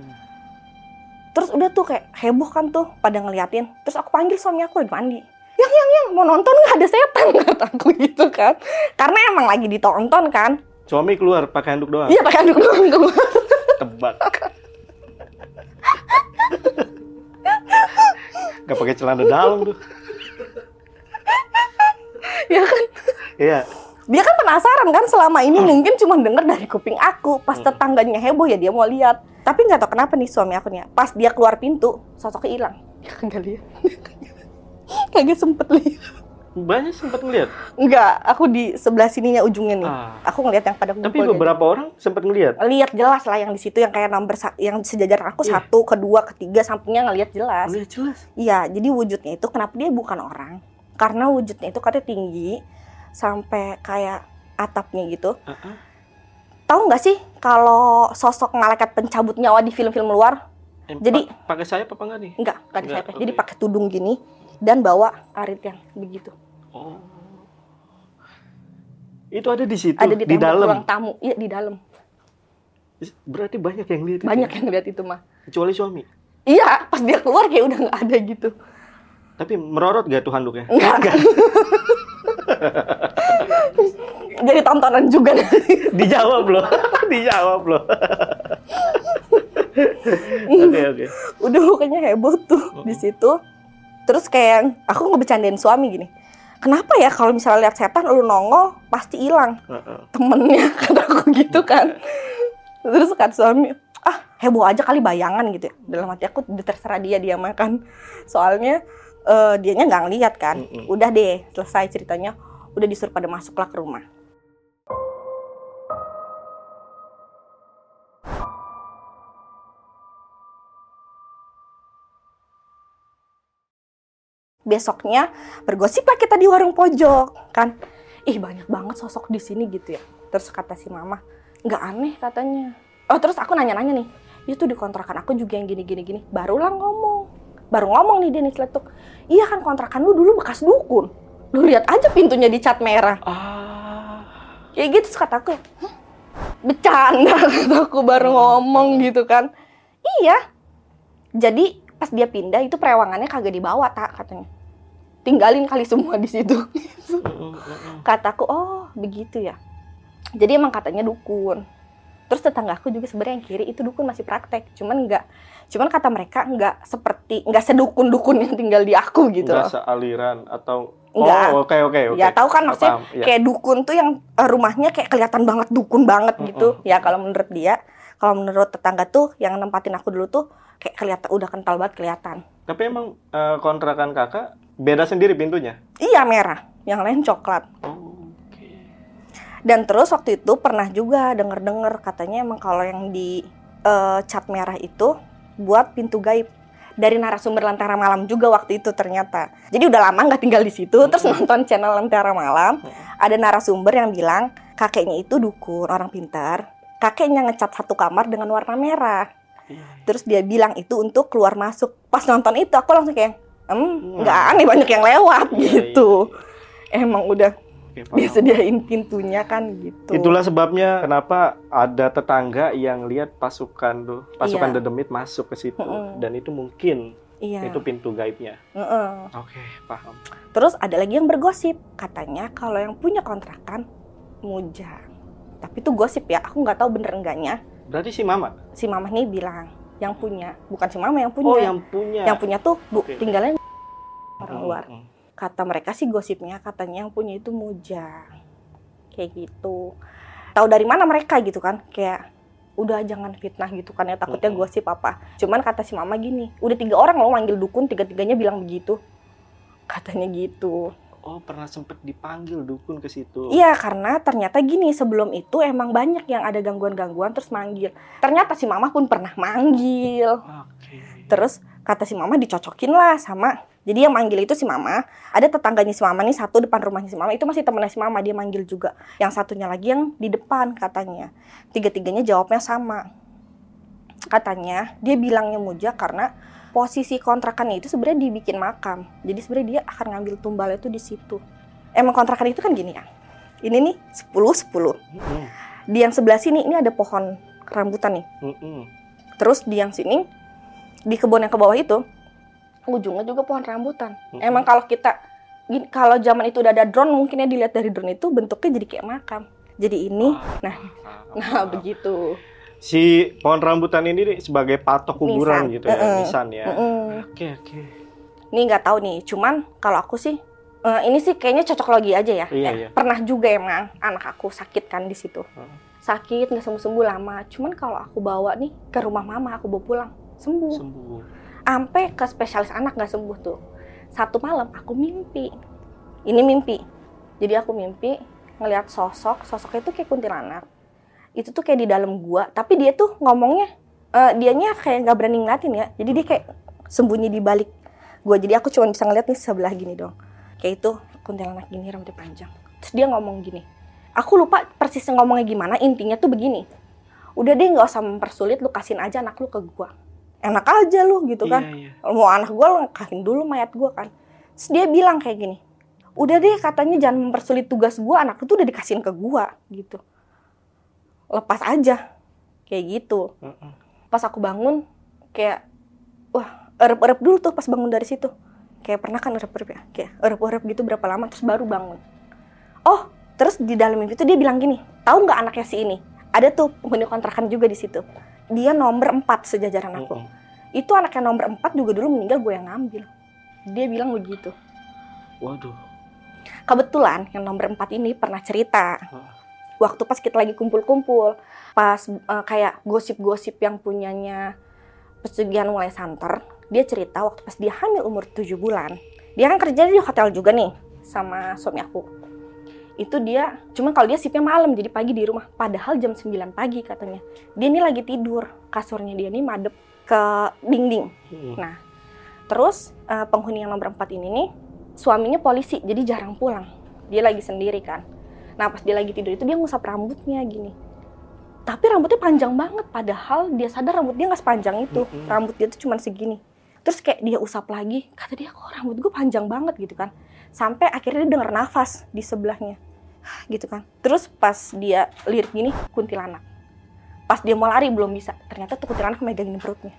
Terus udah tuh kayak heboh kan tuh pada ngeliatin. Terus aku panggil suami aku lagi mandi. Yang mau nonton nggak ada setan kataku gitu kan. Karena emang lagi ditonton kan. Suami keluar pakai handuk doang. Iya pakai handuk doang keluar. Tebak. Gak pakai celana dalam tuh. Ya kan? Iya. Dia kan penasaran kan selama ini mungkin cuma denger dari kuping aku. Pas tetangganya heboh ya dia mau lihat. Tapi nggak tahu kenapa nih suami aku nih. Pas dia keluar pintu, sosoknya hilang. Ya kagak lihat. Kagak sempet lihat. Banyak sempat ngeliat? Enggak, aku di sebelah sininya ujungnya nih. Aku ngeliat yang pada kumpul. Tapi beberapa orang sempat ngeliat? Lihat jelas lah yang di situ yang kayak nomor yang sejajar aku 1, 2, 3 sampingnya ngeliat jelas. Ngeliat jelas? Iya, jadi wujudnya itu kenapa dia bukan orang? Karena wujudnya itu katanya tinggi sampai kayak atapnya gitu. Tahu nggak sih kalau sosok malaikat pencabut nyawa di film-film luar? Jadi pakai sayap apa enggak nih? Enggak ada sayapnya. Okay. Jadi pakai tudung gini dan bawa arit yang begitu. Oh. Itu ada di situ. Ada di dalam ruang tamu. Iya, di dalam. Berarti banyak yang lihat itu. Banyak yang lihat itu mah. Kecuali suami. Iya, pas dia keluar kayak udah nggak ada gitu. Tapi merorot gak tuh handuknya? Enggak. Jadi tontonan juga. Dijawab loh. Oke. Udah pokoknya heboh tuh di situ. Terus kayak aku ngebecandain suami gini. Kenapa ya kalau misalnya lihat setan lu nongol pasti hilang temennya, kata aku gitu kan. Terus kata suami, heboh aja kali bayangan gitu ya. Dalam hati aku terserah dia makan. Soalnya dianya nggak ngeliat kan. Udah deh selesai ceritanya, udah disuruh pada masuklah ke rumah. Besoknya bergosiplah kita di warung pojok kan. Banyak banget sosok di sini gitu ya. Terus kata si mama, nggak aneh katanya. Terus aku nanya-nanya nih, itu di kontrakan aku juga yang gini. Baru ngomong nih dia nih celetuk. Iya kan kontrakan lu dulu bekas dukun. Lu lihat aja pintunya dicat merah. Kayak gitu kata aku. Bercanda kata aku baru ngomong gitu kan. Iya. Jadi pas dia pindah itu perewangannya kagak dibawa katanya. Tinggalin kali semua di situ. Kataku, begitu ya. Jadi emang katanya dukun. Terus tetanggaku juga sebenarnya yang kiri itu dukun masih praktek. Cuman kata mereka enggak sedukun-dukun yang tinggal di aku gitu. Enggak sealiran atau enggak. Oke. Ya tahu kan maksudnya kayak dukun tuh yang rumahnya kayak kelihatan banget dukun banget gitu. Ya kalau menurut dia, kalau menurut tetangga tuh yang nempatin aku dulu tuh kayak kelihatan udah kental banget kelihatan. Tapi emang kontrakan kakak beda sendiri pintunya? Iya merah, yang lain coklat. Dan terus waktu itu pernah juga denger katanya emang kalau yang di cat merah itu buat pintu gaib. Dari narasumber Lentera Malam juga waktu itu ternyata. Jadi udah lama nggak tinggal di situ, terus nonton channel Lentera Malam. Ada narasumber yang bilang kakeknya itu dukun, orang pintar. Kakeknya ngecat satu kamar dengan warna merah. Terus dia bilang itu untuk keluar masuk. Pas nonton itu aku langsung kayak, nggak aneh banyak yang lewat gitu. Emang udah dia sediain pintunya kan gitu. Itulah sebabnya kenapa ada tetangga yang lihat pasukan Dedemit masuk ke situ. Dan itu mungkin itu pintu gaibnya. Oke, paham. Terus ada lagi yang bergosip, katanya kalau yang punya kontrakan Muja. Tapi itu gosip ya, aku nggak tahu bener enggaknya. Berarti si Mama? Si Mama nih bilang yang punya, bukan si Mama yang punya. Oh, yang punya. Yang punya tuh tinggalnya orang luar. Kata mereka sih gosipnya katanya yang punya itu Muja. Kayak gitu. Tahu dari mana mereka gitu kan? Kayak udah jangan fitnah gitu kan ya, takutnya gosip apa. Cuman kata si Mama gini, udah 3 orang loh manggil dukun, 3-tiganya bilang begitu. Katanya gitu. Oh, pernah sempet dipanggil dukun ke situ. Iya, karena ternyata gini, sebelum itu emang banyak yang ada gangguan-gangguan terus manggil. Ternyata si Mama pun pernah manggil. Terus kata si Mama dicocokin lah sama. Jadi yang manggil itu si Mama, ada tetangganya si Mama nih, satu depan rumahnya si Mama, itu masih temennya si Mama, dia manggil juga. Yang satunya lagi yang di depan katanya. 3-tiganya jawabnya sama. Katanya dia bilangnya Muja karena posisi kontrakannya itu sebenarnya dibikin makam. Jadi sebenarnya dia akan ngambil tumbalnya itu di situ. Emang kontrakan itu kan gini ya. Ini nih 10-10. Di yang sebelah sini ini ada pohon rambutan nih. Terus di yang sini, di kebun yang ke bawah itu, ujungnya juga pohon rambutan. Emang kalau zaman itu udah ada drone, mungkin ya dilihat dari drone itu bentuknya jadi kayak makam. Jadi ini, nah begitu. Si pohon rambutan ini sebagai patok kuburan gitu ya, nisan ya. Oke. Ini nggak tahu nih, cuman kalau aku sih, ini sih kayaknya cocok logi aja ya. Iya. Pernah juga emang anak aku sakit kan di situ. Sakit nggak sembuh lama. Cuman kalau aku bawa nih ke rumah Mama, aku bawa pulang sembuh. Sampai ke spesialis anak nggak sembuh tuh. Satu malam aku mimpi. Ini mimpi. Jadi aku mimpi ngelihat sosoknya itu kayak kuntilanak. Itu tuh kayak di dalam gua, tapi dia tuh ngomongnya, dianya kayak nggak berani ngeliatin ya. Jadi dia kayak sembunyi di balik gua. Jadi aku cuma bisa ngeliat nih sebelah gini dong. Kayak itu kuntilanak gini, rambutnya panjang. Terus dia ngomong gini. Aku lupa persisnya ngomongnya gimana. Intinya tuh begini. Udah deh nggak usah mempersulit, lu kasihin aja anak lu ke gua. Enak aja lu gitu kan. Mau anak gue lu kasihin dulu mayat gue kan. Terus dia bilang kayak gini, udah deh katanya jangan mempersulit tugas gue, anak lu tuh udah dikasihin ke gue gitu. Lepas aja kayak gitu. Pas aku bangun kayak wah erep-erep dulu tuh pas bangun dari situ. Kayak pernah kan erep-erep ya, kayak erep-erep gitu berapa lama terus baru bangun. Oh terus di dalam mimpi tuh dia bilang gini, tahu nggak anaknya si ini? Ada tuh penghuni kontrakan juga di situ. Dia nomor 4 sejajaran aku. Itu anak yang nomor 4 juga dulu meninggal, gue yang ngambil. Dia bilang begitu. Waduh. Kebetulan yang nomor 4 ini pernah cerita. Waktu pas kita lagi kumpul-kumpul, pas kayak gosip-gosip yang punyanya Pesugihan Mulai Santer, dia cerita waktu pas dia hamil umur 7 bulan. Dia kan kerja di hotel juga nih sama suami aku. Itu dia, cuman kalau dia shiftnya malam, jadi pagi di rumah. Padahal jam 9 pagi katanya. Dia ini lagi tidur, kasurnya dia ini madep ke dinding. Nah, terus penghuni yang nomor 4 ini nih, suaminya polisi, jadi jarang pulang. Dia lagi sendiri kan. Nah, pas dia lagi tidur itu dia ngusap rambutnya gini. Tapi rambutnya panjang banget, padahal dia sadar rambut dia nggak sepanjang itu. Rambut dia tuh cuma segini. Terus kayak dia usap lagi, kata dia kok rambut gue panjang banget gitu kan. Sampai akhirnya dia dengar nafas di sebelahnya. Gitu kan. Terus pas dia lirik gini, kuntilanak. Pas dia mau lari belum bisa. Ternyata tuh kuntilanak megangin perutnya.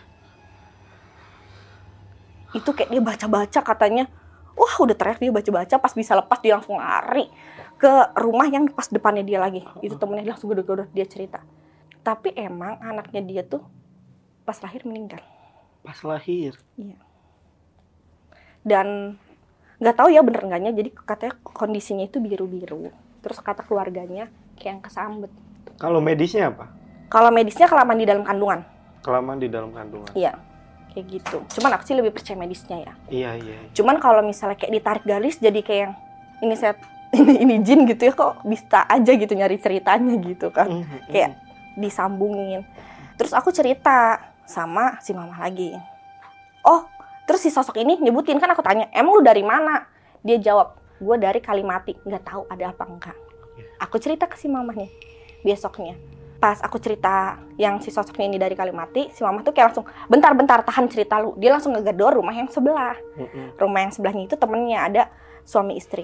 Itu kayak dia baca-baca katanya. Wah udah teriak dia baca-baca. Pas bisa lepas dia langsung lari ke rumah yang pas depannya dia lagi. Itu temennya dia langsung gedor-gedor dia cerita. Tapi emang anaknya dia tuh pas lahir meninggal. Pas lahir? Iya. Dan nggak tahu ya bener enggaknya, jadi katanya kondisinya itu biru-biru. Terus kata keluarganya kayak yang kesambet. Kalau medisnya apa? Kalau medisnya kelamaan di dalam kandungan. Kelamaan di dalam kandungan. Iya, kayak gitu. Cuman aku sih lebih percaya medisnya ya. Iya. Cuman kalau misalnya kayak ditarik garis jadi kayak yang ini saya ini jin gitu ya, kok bisa aja gitu nyari ceritanya gitu kan. Kayak disambungin. Terus aku cerita sama si mama lagi. Oh, terus si sosok ini nyebutin, kan aku tanya, emang lu dari mana? Dia jawab, gue dari Kalimati, nggak tahu ada apa enggak. Aku cerita ke si mamanya besoknya. Pas aku cerita yang si sosoknya ini dari Kalimati, si mama tuh kayak langsung, bentar tahan cerita lu. Dia langsung ngegedor rumah yang sebelah. Rumah yang sebelahnya itu temennya, ada suami istri.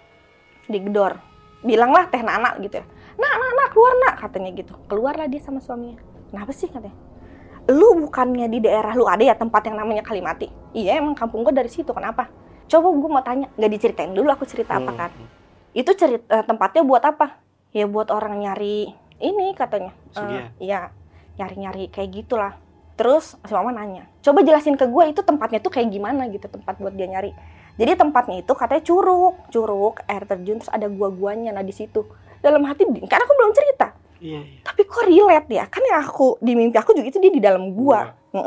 Digedor. Bilanglah teh Nana gitu ya. Nak, keluar nak, katanya gitu. Keluarlah dia sama suaminya. Kenapa sih katanya? Lu bukannya di daerah lu ada ya tempat yang namanya Kalimati? Iya, emang kampung gue dari situ, kenapa? Coba gue mau tanya, nggak diceritain dulu aku cerita apa kan? Itu cerita tempatnya buat apa? Ya buat orang nyari ini katanya. Iya, nyari-nyari kayak gitulah. Terus si mama nanya, coba jelasin ke gue itu tempatnya tuh kayak gimana gitu, tempat buat dia nyari. Jadi tempatnya itu katanya curug, air terjun, terus ada gua-guanya. Nah di situ dalam hati, karena aku belum cerita. Iya. Tapi kok relate ya? Kan yang aku di mimpi aku juga itu dia di dalam gua.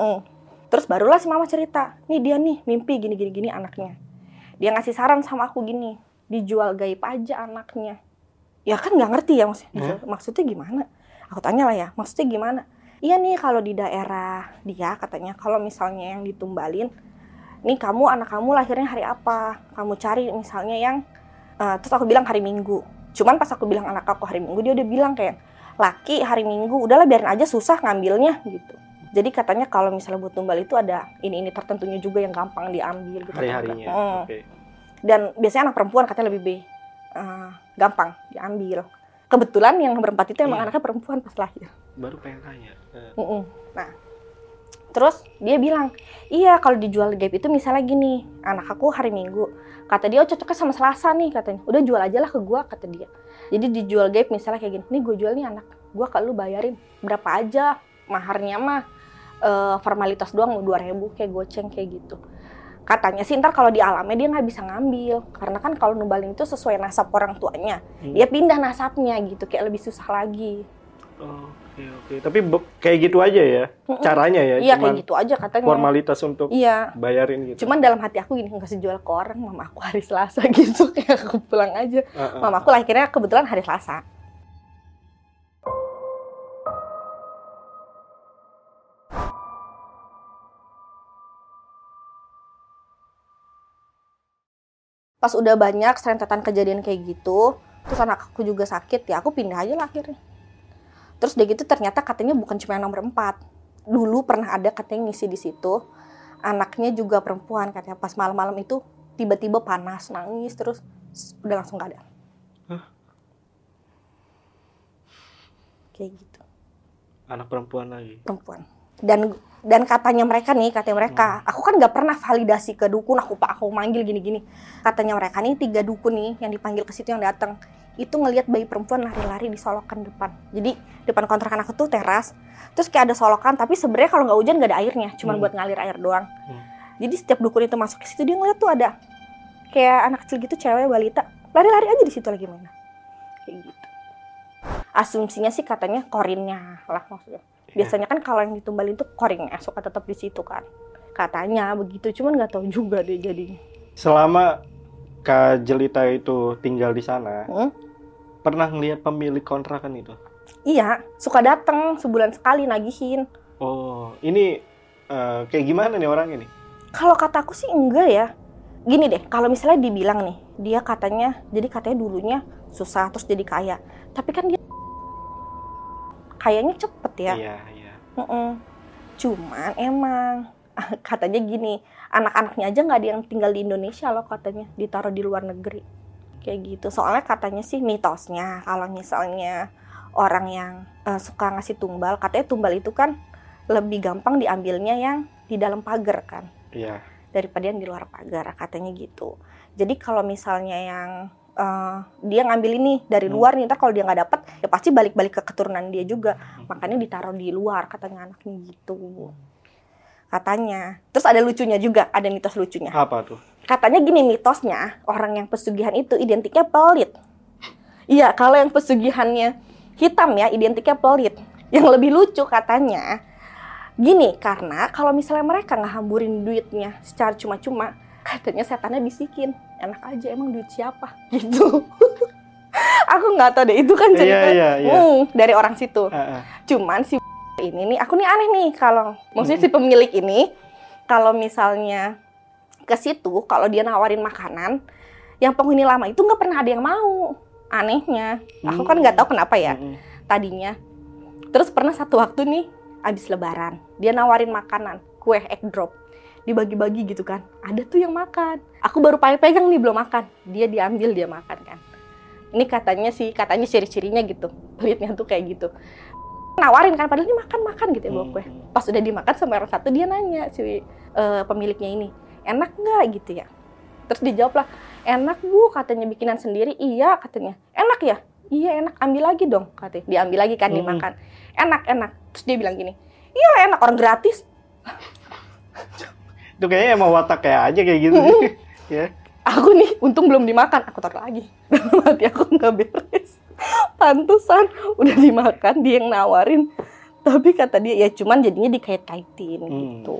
Terus barulah si mama cerita, nih dia nih mimpi gini anaknya. Dia ngasih saran sama aku gini, dijual gaib aja anaknya. Ya kan nggak ngerti ya maksudnya gimana? Aku tanya lah ya, maksudnya gimana? Iya nih kalau di daerah dia katanya, kalau misalnya yang ditumbalin, nih anak kamu lahirnya hari apa? Kamu cari misalnya yang, terus aku bilang hari Minggu. Cuman pas aku bilang anak aku hari Minggu, dia udah bilang kayak, laki hari Minggu, udahlah biarin aja susah ngambilnya gitu. Jadi katanya kalau misalnya buat tumbal itu ada ini tertentunya juga yang gampang diambil gitu. Hari-harinya. Okay. Dan biasanya anak perempuan katanya lebih gampang diambil. Kebetulan yang berempat itu emang anaknya perempuan pas lahir. Baru pengen tanya. Nah, terus dia bilang, iya kalau dijual gaib itu misalnya gini, anak aku hari Minggu, kata dia cocoknya sama Selasa nih katanya. Udah jual aja lah ke gua kata dia. Jadi dijual gaib misalnya kayak gini, nih gue jual nih anak gua, kalau lu bayarin berapa aja maharnya mah, formalitas doang 2.000 kayak goceng kayak gitu. Katanya sih ntar kalau di alamnya dia nggak bisa ngambil, karena kan kalau numbalin itu sesuai nasab orang tuanya, dia pindah nasabnya gitu, kayak lebih susah lagi. Oke. Tapi kayak gitu aja ya caranya ya? Iya kayak gitu aja katanya. Formalitas untuk bayarin gitu. Cuman dalam hati aku gini, nggak sejual ke orang, mama aku hari Selasa gitu, kayak aku pulang aja. Mama aku lahirnya kebetulan hari Selasa. Pas udah banyak serentetan kejadian kayak gitu, terus anak aku juga sakit, ya aku pindah aja lah akhirnya. Terus udah gitu ternyata katanya bukan cuma yang nomor 4. Dulu pernah ada katanya ngisi di situ, anaknya juga perempuan katanya. Pas malam-malam itu tiba-tiba panas, nangis, terus udah langsung gak ada. Kayak gitu. Anak perempuan lagi? Perempuan. Dan katanya mereka, aku kan nggak pernah validasi ke dukun, aku manggil gini-gini. Katanya mereka nih 3 dukun nih yang dipanggil ke situ yang datang, itu ngelihat bayi perempuan lari-lari di solokan depan. Jadi depan kontrakan aku tuh teras, terus kayak ada solokan, tapi sebenarnya kalau nggak hujan nggak ada airnya, cuma buat ngalir air doang. Jadi setiap dukun itu masuk ke situ dia ngeliat tuh ada kayak anak kecil gitu, cewek balita, lari-lari aja di situ lagi mainan. Kayak gitu. Asumsinya sih katanya korinnya lah maksudnya. Biasanya kan kalau yang ditumbalin tuh koringnya suka tetap di situ kan. Katanya begitu, cuman nggak tahu juga deh jadinya. Selama Kak Jelita itu tinggal di sana, pernah ngelihat pemilik kontrakan itu? Iya, suka datang sebulan sekali nagihin. Oh, ini kayak gimana nih orang ini? Kalau kataku sih enggak ya. Gini deh, kalau misalnya dibilang nih, dia katanya dulunya susah terus jadi kaya. Tapi kan dia kayaknya cepet ya. Iya. Cuman emang katanya gini, anak-anaknya aja nggak ada yang tinggal di Indonesia loh katanya, ditaruh di luar negeri. Kayak gitu. Soalnya katanya sih mitosnya kalau misalnya orang yang suka ngasih tumbal, katanya tumbal itu kan lebih gampang diambilnya yang di dalam pagar kan. Iya. Daripada yang di luar pagar, katanya gitu. Jadi kalau misalnya yang dia ngambil ini dari luar nih, ntar kalau dia nggak dapet ya pasti balik-balik ke keturunan dia juga, makanya ditaruh di luar katanya anaknya gitu katanya. Terus ada lucunya juga, ada mitos lucunya. Apa tuh? Katanya gini mitosnya, orang yang pesugihan itu identiknya pelit. Iya, kalau yang pesugihannya hitam ya identiknya pelit. Yang lebih lucu katanya Gini, karena kalau misalnya mereka ngehamburin duitnya secara cuma-cuma, katanya setannya bisikin, enak aja emang duit siapa gitu. Aku nggak tahu deh, itu kan cerita dari orang situ. Cuman si ini nih, aku nih aneh nih kalau maksudnya si pemilik ini kalau misalnya ke situ, kalau dia nawarin makanan, yang penghuni lama itu nggak pernah ada yang mau. Anehnya, aku kan nggak tahu kenapa ya tadinya. Terus pernah satu waktu nih, abis lebaran, dia nawarin makanan, kue egg drop, dibagi-bagi gitu kan. Ada tuh yang makan. Aku baru pegang nih belum makan. Dia diambil, dia makan kan. Ini katanya ciri-cirinya gitu. Pelitnya tuh kayak gitu. Nawarin kan, padahal ini makan gitu ya bawa kue. Pas udah dimakan sama orang satu, dia nanya si pemiliknya ini, enak nggak gitu ya? Terus dijawab lah, enak bu, katanya bikinan sendiri. Iya katanya, enak ya? Iya enak, ambil lagi dong katanya. Diambil lagi kan, dimakan. Enak. Terus dia bilang gini, iya enak, orang gratis. Itu kayaknya emang watak kayak aja kayak gitu. Ya. Aku nih, untung belum dimakan, aku taruh lagi. Dalam hati aku nggak beres. Pantesan udah dimakan, dia yang nawarin. Tapi kata dia, ya cuman jadinya dikait-kaitin gitu.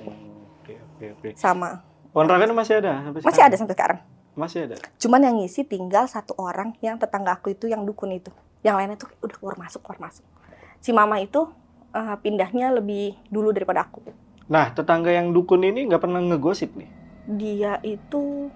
Oke. Sama. Kontrakan masih ada? Masih ada sampai sekarang. Masih ada? Cuman yang ngisi tinggal satu orang yang tetangga aku itu, yang dukun itu. Yang lainnya tuh udah keluar masuk. Si mama itu pindahnya lebih dulu daripada aku. Nah, tetangga yang dukun ini nggak pernah ngegosip nih? Dia itu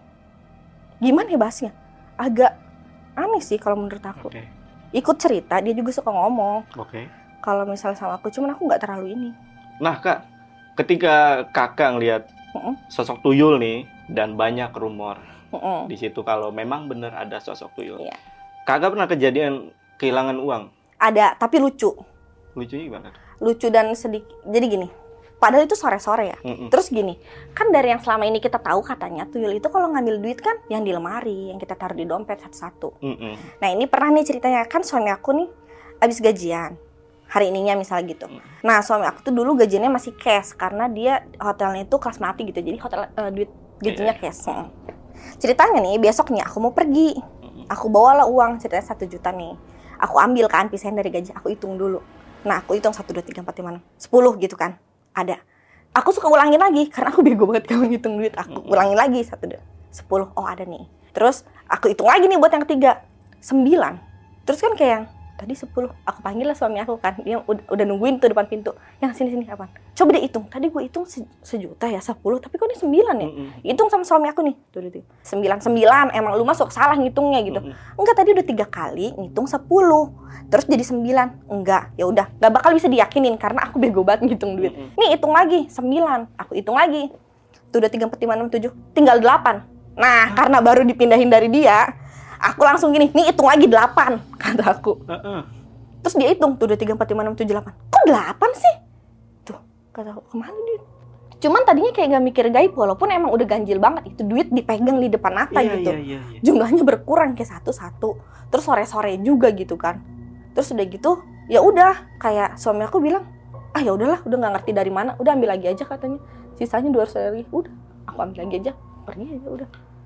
gimana ya bahasnya? Agak aneh sih kalau menurut aku. Ikut cerita, dia juga suka ngomong. Kalau misalnya sama aku, cuman aku nggak terlalu ini. Nah kak, ketika kakak ngelihat sosok tuyul nih dan banyak rumor di situ kalau memang benar ada sosok tuyul, kakak pernah kejadian kehilangan uang? Ada, tapi lucu. Lucunya gimana? Lucu dan sedikit. Jadi gini. Padahal itu sore-sore ya. Terus gini, kan dari yang selama ini kita tahu katanya tuyul itu kalau ngambil duit kan yang di lemari, yang kita taruh di dompet satu-satu. Nah ini pernah nih ceritanya, kan suami aku nih abis gajian hari ininya misalnya gitu. Nah suami aku tuh dulu gajiannya masih cash karena dia hotelnya itu kelas melati gitu, jadi hotel duit gajinya cash. Ceritanya nih besoknya aku mau pergi, aku bawalah uang ceritanya 1 juta nih. Aku ambil kan pisahin dari gaji, aku hitung dulu. Nah aku hitung 1, 2, 3, 4, 5, 6, 10 gitu kan. Ada. Aku suka ulangin lagi karena aku bego banget kalau ngitung duit. Aku ulangin lagi 1, 2, 10. Oh ada nih. Terus aku hitung lagi nih buat yang ketiga 9. Terus kan kayak yang tadi 10. Aku panggil lah suami aku kan. Dia udah nungguin tuh depan pintu. Yang sini apaan? Coba deh hitung. Tadi gue hitung sejuta ya 10. Tapi kok ini 9 ya? Hitung sama suami aku nih. Tuh 9. Emang lu masuk salah ngitungnya gitu. Enggak, tadi udah 3 kali ngitung 10. Terus jadi 9. Enggak, ya udah. Gak bakal bisa diyakinin karena aku bego banget ngitung duit. Nih hitung lagi 9. Aku hitung lagi. Tuh udah 3, 4, 5, 6, 7. Tinggal 8. Nah, karena baru dipindahin dari dia, aku langsung gini, nih hitung lagi 8, kata aku. Terus dia hitung, tuh udah 3, 4, 5, 6, 7, 8. Kok 8 sih? Tuh, kata aku, kemana dia? Cuman tadinya kayak gak mikir gaib, walaupun emang udah ganjil banget. Itu duit dipegang di depan mata gitu. Jumlahnya berkurang kayak 1-1. Terus sore-sore juga gitu kan. Terus udah gitu, ya udah kayak suami aku bilang, ah ya udahlah, udah nggak ngerti dari mana, udah ambil lagi aja katanya. Sisanya 200 lagi, udah aku ambil lagi aja, pergi aja udah.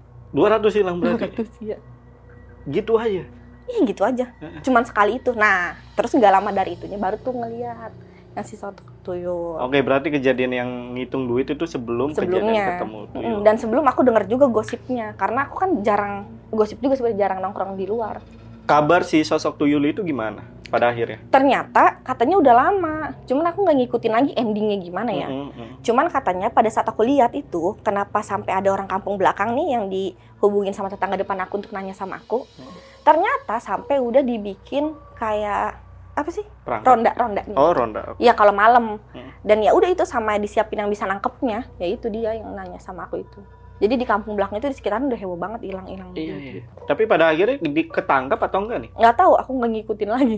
200 hilang berarti? 200 ya. Gitu aja? Iya gitu aja, cuman sekali itu. Nah, terus nggak lama dari itunya baru tuh ngelihat yang si sosok tuyul. Oke, berarti kejadian yang ngitung duit itu sebelumnya kejadian ketemu tuyul. Dan sebelum aku dengar juga gosipnya, karena aku kan jarang gosip juga sebenarnya, jarang nongkrong di luar. Kabar si sosok tuyul itu gimana pada akhirnya? Ternyata katanya udah lama, cuman aku nggak ngikutin lagi endingnya gimana ya. Cuman katanya pada saat aku lihat itu, kenapa sampai ada orang kampung belakang nih yang dihubungin sama tetangga depan aku untuk nanya sama aku. Ternyata sampai udah dibikin kayak apa sih? Ronda. Oh, ronda. Iya kalau malam. Dan ya udah itu sama disiapin yang bisa nangkepnya, ya itu dia yang nanya sama aku itu. Jadi di kampung belakang itu di sekitaran udah heboh banget hilang-hilang. Iya. Tapi pada akhirnya ketangkap atau enggak nih? Nggak tahu, aku nggak ngikutin lagi.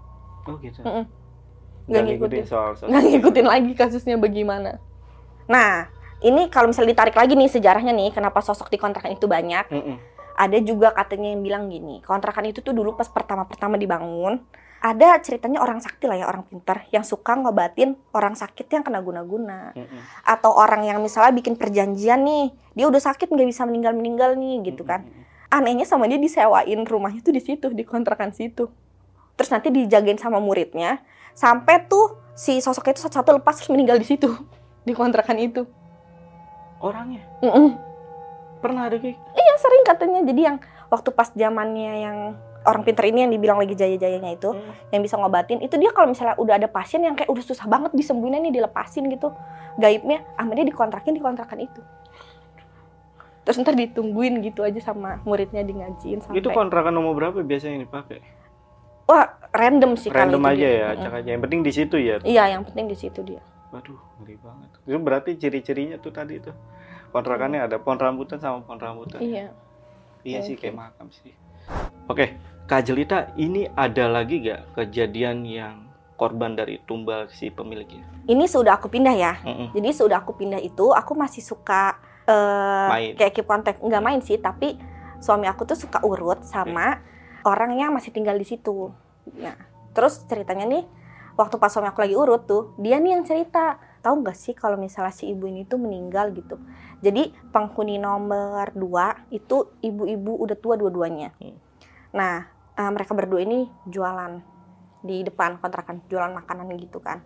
Oh gitu. Nggak ngikutin soal. Nggak ngikutin lagi kasusnya bagaimana. Nah, ini kalau misalnya ditarik lagi nih sejarahnya nih, kenapa sosok di kontrakan itu banyak? Ada juga katanya yang bilang gini, kontrakan itu tuh dulu pas pertama-pertama dibangun, ada ceritanya orang sakti lah ya, orang pintar yang suka ngobatin orang sakit yang kena guna-guna. Atau orang yang misalnya bikin perjanjian nih, dia udah sakit nggak bisa meninggal nih gitu kan. Anehnya sama dia disewain rumahnya tuh di situ, di kontrakan situ. Terus nanti dijagain sama muridnya sampai tuh si sosok itu satu-satu lepas terus meninggal di situ di kontrakan itu. Orangnya Mm-mm. pernah ada kayak Iya sering katanya. Jadi yang waktu pas zamannya yang orang pinter ini yang dibilang lagi jaya-jayanya itu, yang bisa ngobatin, itu dia kalau misalnya udah ada pasien yang kayak udah susah banget disembuhin nih, dilepasin gitu gaibnya, dia dikontrakin di kontrakan itu. Terus ntar ditungguin gitu aja sama muridnya di ngajiin sampai. Itu kontrakan nomor berapa biasanya yang dipakai? Wah, random sih Random kali aja itu ya, acak aja. Yang penting di situ ya. Iya, yang penting di situ dia. Waduh, ngeri banget. Itu berarti ciri-cirinya tuh tadi tuh. Kontrakannya ada pohon rambutan sama pohon rambutan. Iya. Iya sih, kayak makam sih. Oke, Kak Jelita, ini ada lagi gak kejadian yang korban dari tumbal si pemiliknya? Ini sudah aku pindah ya. Jadi sudah aku pindah itu, aku masih suka kayak keep contact. Nggak main sih, tapi suami aku tuh suka urut sama orang yang masih tinggal di situ. Nah, terus ceritanya nih, waktu pas suami aku lagi urut tuh, dia nih yang cerita. Tahu nggak sih kalau misalnya si ibu ini tuh meninggal gitu. Jadi penghuni nomor 2 itu ibu-ibu udah tua dua-duanya. Nah, mereka berdua ini jualan di depan kontrakan, jualan makanan gitu kan.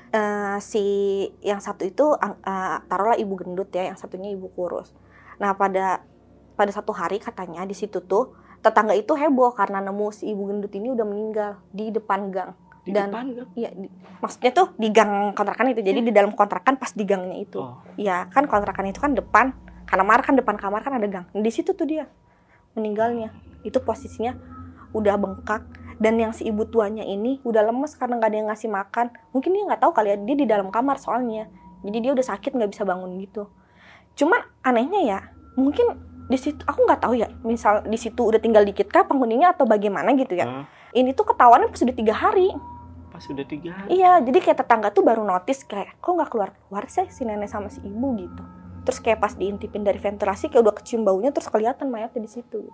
Si yang satu itu taruhlah ibu gendut ya, yang satunya ibu kurus. Nah, pada satu hari katanya di situ tuh tetangga itu heboh karena nemu si ibu gendut ini udah meninggal di depan gang. Depan gang? Iya, maksudnya tuh di gang kontrakan itu. Jadi di dalam kontrakan pas di gangnya itu. Iya, kan kontrakan itu kan depan kamar kan, depan kamar kan ada gang. Di situ tuh dia meninggalnya. Itu posisinya udah bengkak, dan yang si ibu tuanya ini udah lemes karena nggak ada yang ngasih makan. Mungkin dia nggak tahu kali ya, dia di dalam kamar soalnya. Jadi dia udah sakit nggak bisa bangun gitu. Cuman anehnya ya, mungkin di situ aku nggak tahu ya, misal di situ udah tinggal dikit kah penghuninya atau bagaimana gitu ya. Ini tuh ketahuannya pas udah 3 hari. Pas udah 3 hari? Iya, jadi kayak tetangga tuh baru notice kayak kok nggak keluar sih si nenek sama si ibu gitu. Terus kayak pas diintipin dari ventilasi kayak udah kecium baunya, terus kelihatan mayatnya di situ.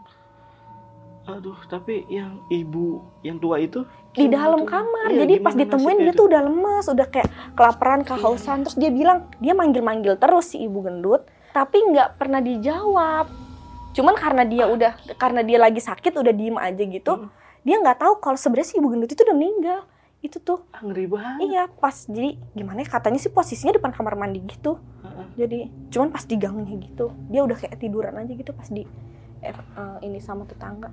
Aduh, tapi yang ibu yang tua itu di dalam kamar. Iya, jadi pas ditemuin dia tuh udah lemas, udah kayak kelaparan, kehausan. Terus dia bilang dia manggil-manggil terus si ibu gendut, tapi nggak pernah dijawab. Cuman karena dia lagi sakit udah diem aja gitu. Dia nggak tahu kalau sebenarnya si ibu gendut itu udah meninggal. Itu tuh ngeri banget. Iya, pas jadi gimana ya, katanya sih posisinya depan kamar mandi gitu. Jadi cuman pas di gangnya gitu. Dia udah kayak tiduran aja gitu pas di ini sama tetangga.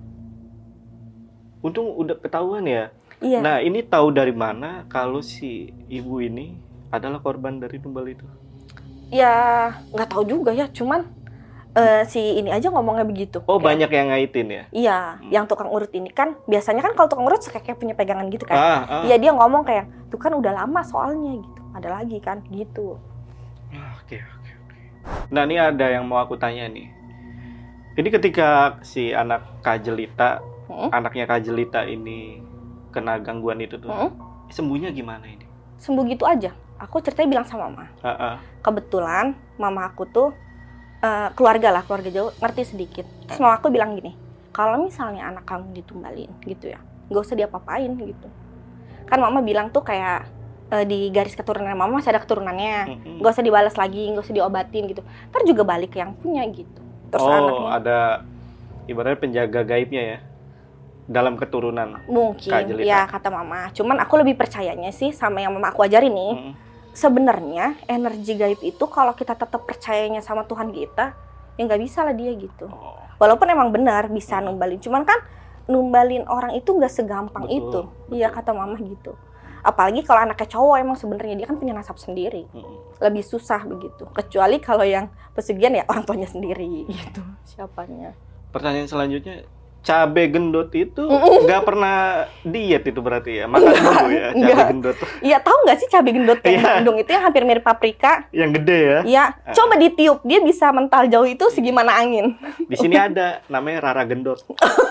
Untung udah ketahuan ya. Iya. Nah, ini tahu dari mana kalau si ibu ini adalah korban dari tumbal itu? Ya, nggak tahu juga ya. Cuman si ini aja ngomongnya begitu. Oh, kayak banyak yang ngaitin ya? Iya, yang tukang urut ini kan biasanya kan kalau tukang urut kayak punya pegangan gitu kan. Iya, dia ngomong kayak tuh kan udah lama soalnya gitu. Ada lagi kan gitu. Oke. Nah, ini ada yang mau aku tanya nih. Ini ketika si anak Kak Jelita, anaknya Kak Jelita ini kena gangguan itu tuh, sembuhnya gimana ini? Sembuh gitu aja. Aku ceritanya bilang sama mama. Kebetulan mama aku tuh keluarga jauh, ngerti sedikit. Terus mama aku bilang gini, kalau misalnya anak kamu ditumbalin gitu ya, gak usah diapa-apain gitu. Kan mama bilang tuh kayak di garis keturunan mama masih ada keturunannya, gak usah dibalas lagi, gak usah diobatin gitu. Ntar juga balik ke yang punya gitu. Terus anaknya ada ibaratnya penjaga gaibnya ya dalam keturunan. Mungkin ya kata mama. Cuman aku lebih percayanya sih sama yang mama aku ajarin nih. Sebenarnya energi gaib itu kalau kita tetap percayanya sama Tuhan kita, ya nggak bisa lah dia gitu. Walaupun emang benar bisa numbalin, cuman kan numbalin orang itu nggak segampang itu. Iya kata mama gitu. Apalagi kalau anaknya cowok, emang sebenarnya dia kan punya nasab sendiri, lebih susah begitu. Kecuali kalau yang pesugihan ya orang tuanya sendiri gitu. Siapanya? Pertanyaan selanjutnya, cabe gendut itu nggak pernah diet itu berarti ya? Makan dulu ya cabe gendut. Iya, tahu nggak sih cabe gendut yang Bandung itu yang hampir mirip paprika? Yang gede ya? Iya, coba ditiup, dia bisa mental jauh itu segimana angin. Di sini ada namanya Rara Gendut.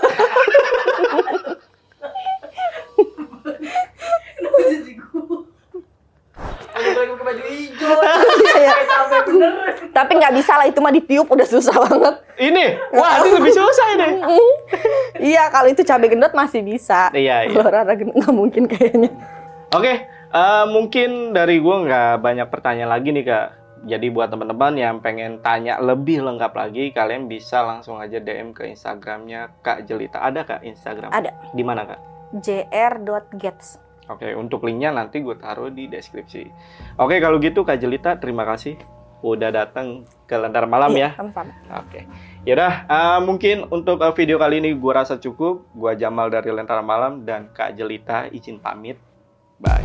Aku ke baju hijau. Tapi nggak bisa lah, itu mah ditiup udah susah banget. Ini? Wah, ini lebih susah ini. Iya, kalau itu cabai gendut masih bisa. Iya. Kalau Rara gendut nggak mungkin kayaknya. Oke, mungkin dari gue nggak banyak pertanyaan lagi nih Kak. Jadi buat teman-teman yang pengen tanya lebih lengkap lagi, kalian bisa langsung aja DM ke Instagramnya Kak Jelita. Ada Kak Instagram? Ada. Di mana Kak? jr.gets. Oke, untuk linknya nanti gue taruh di deskripsi. Oke, kalau gitu Kak Jelita, terima kasih udah datang ke Lentera Malam ya. Sama-sama. Oke, yaudah, mungkin untuk video kali ini gue rasa cukup. Gue Jamal dari Lentera Malam dan Kak Jelita izin pamit. Bye.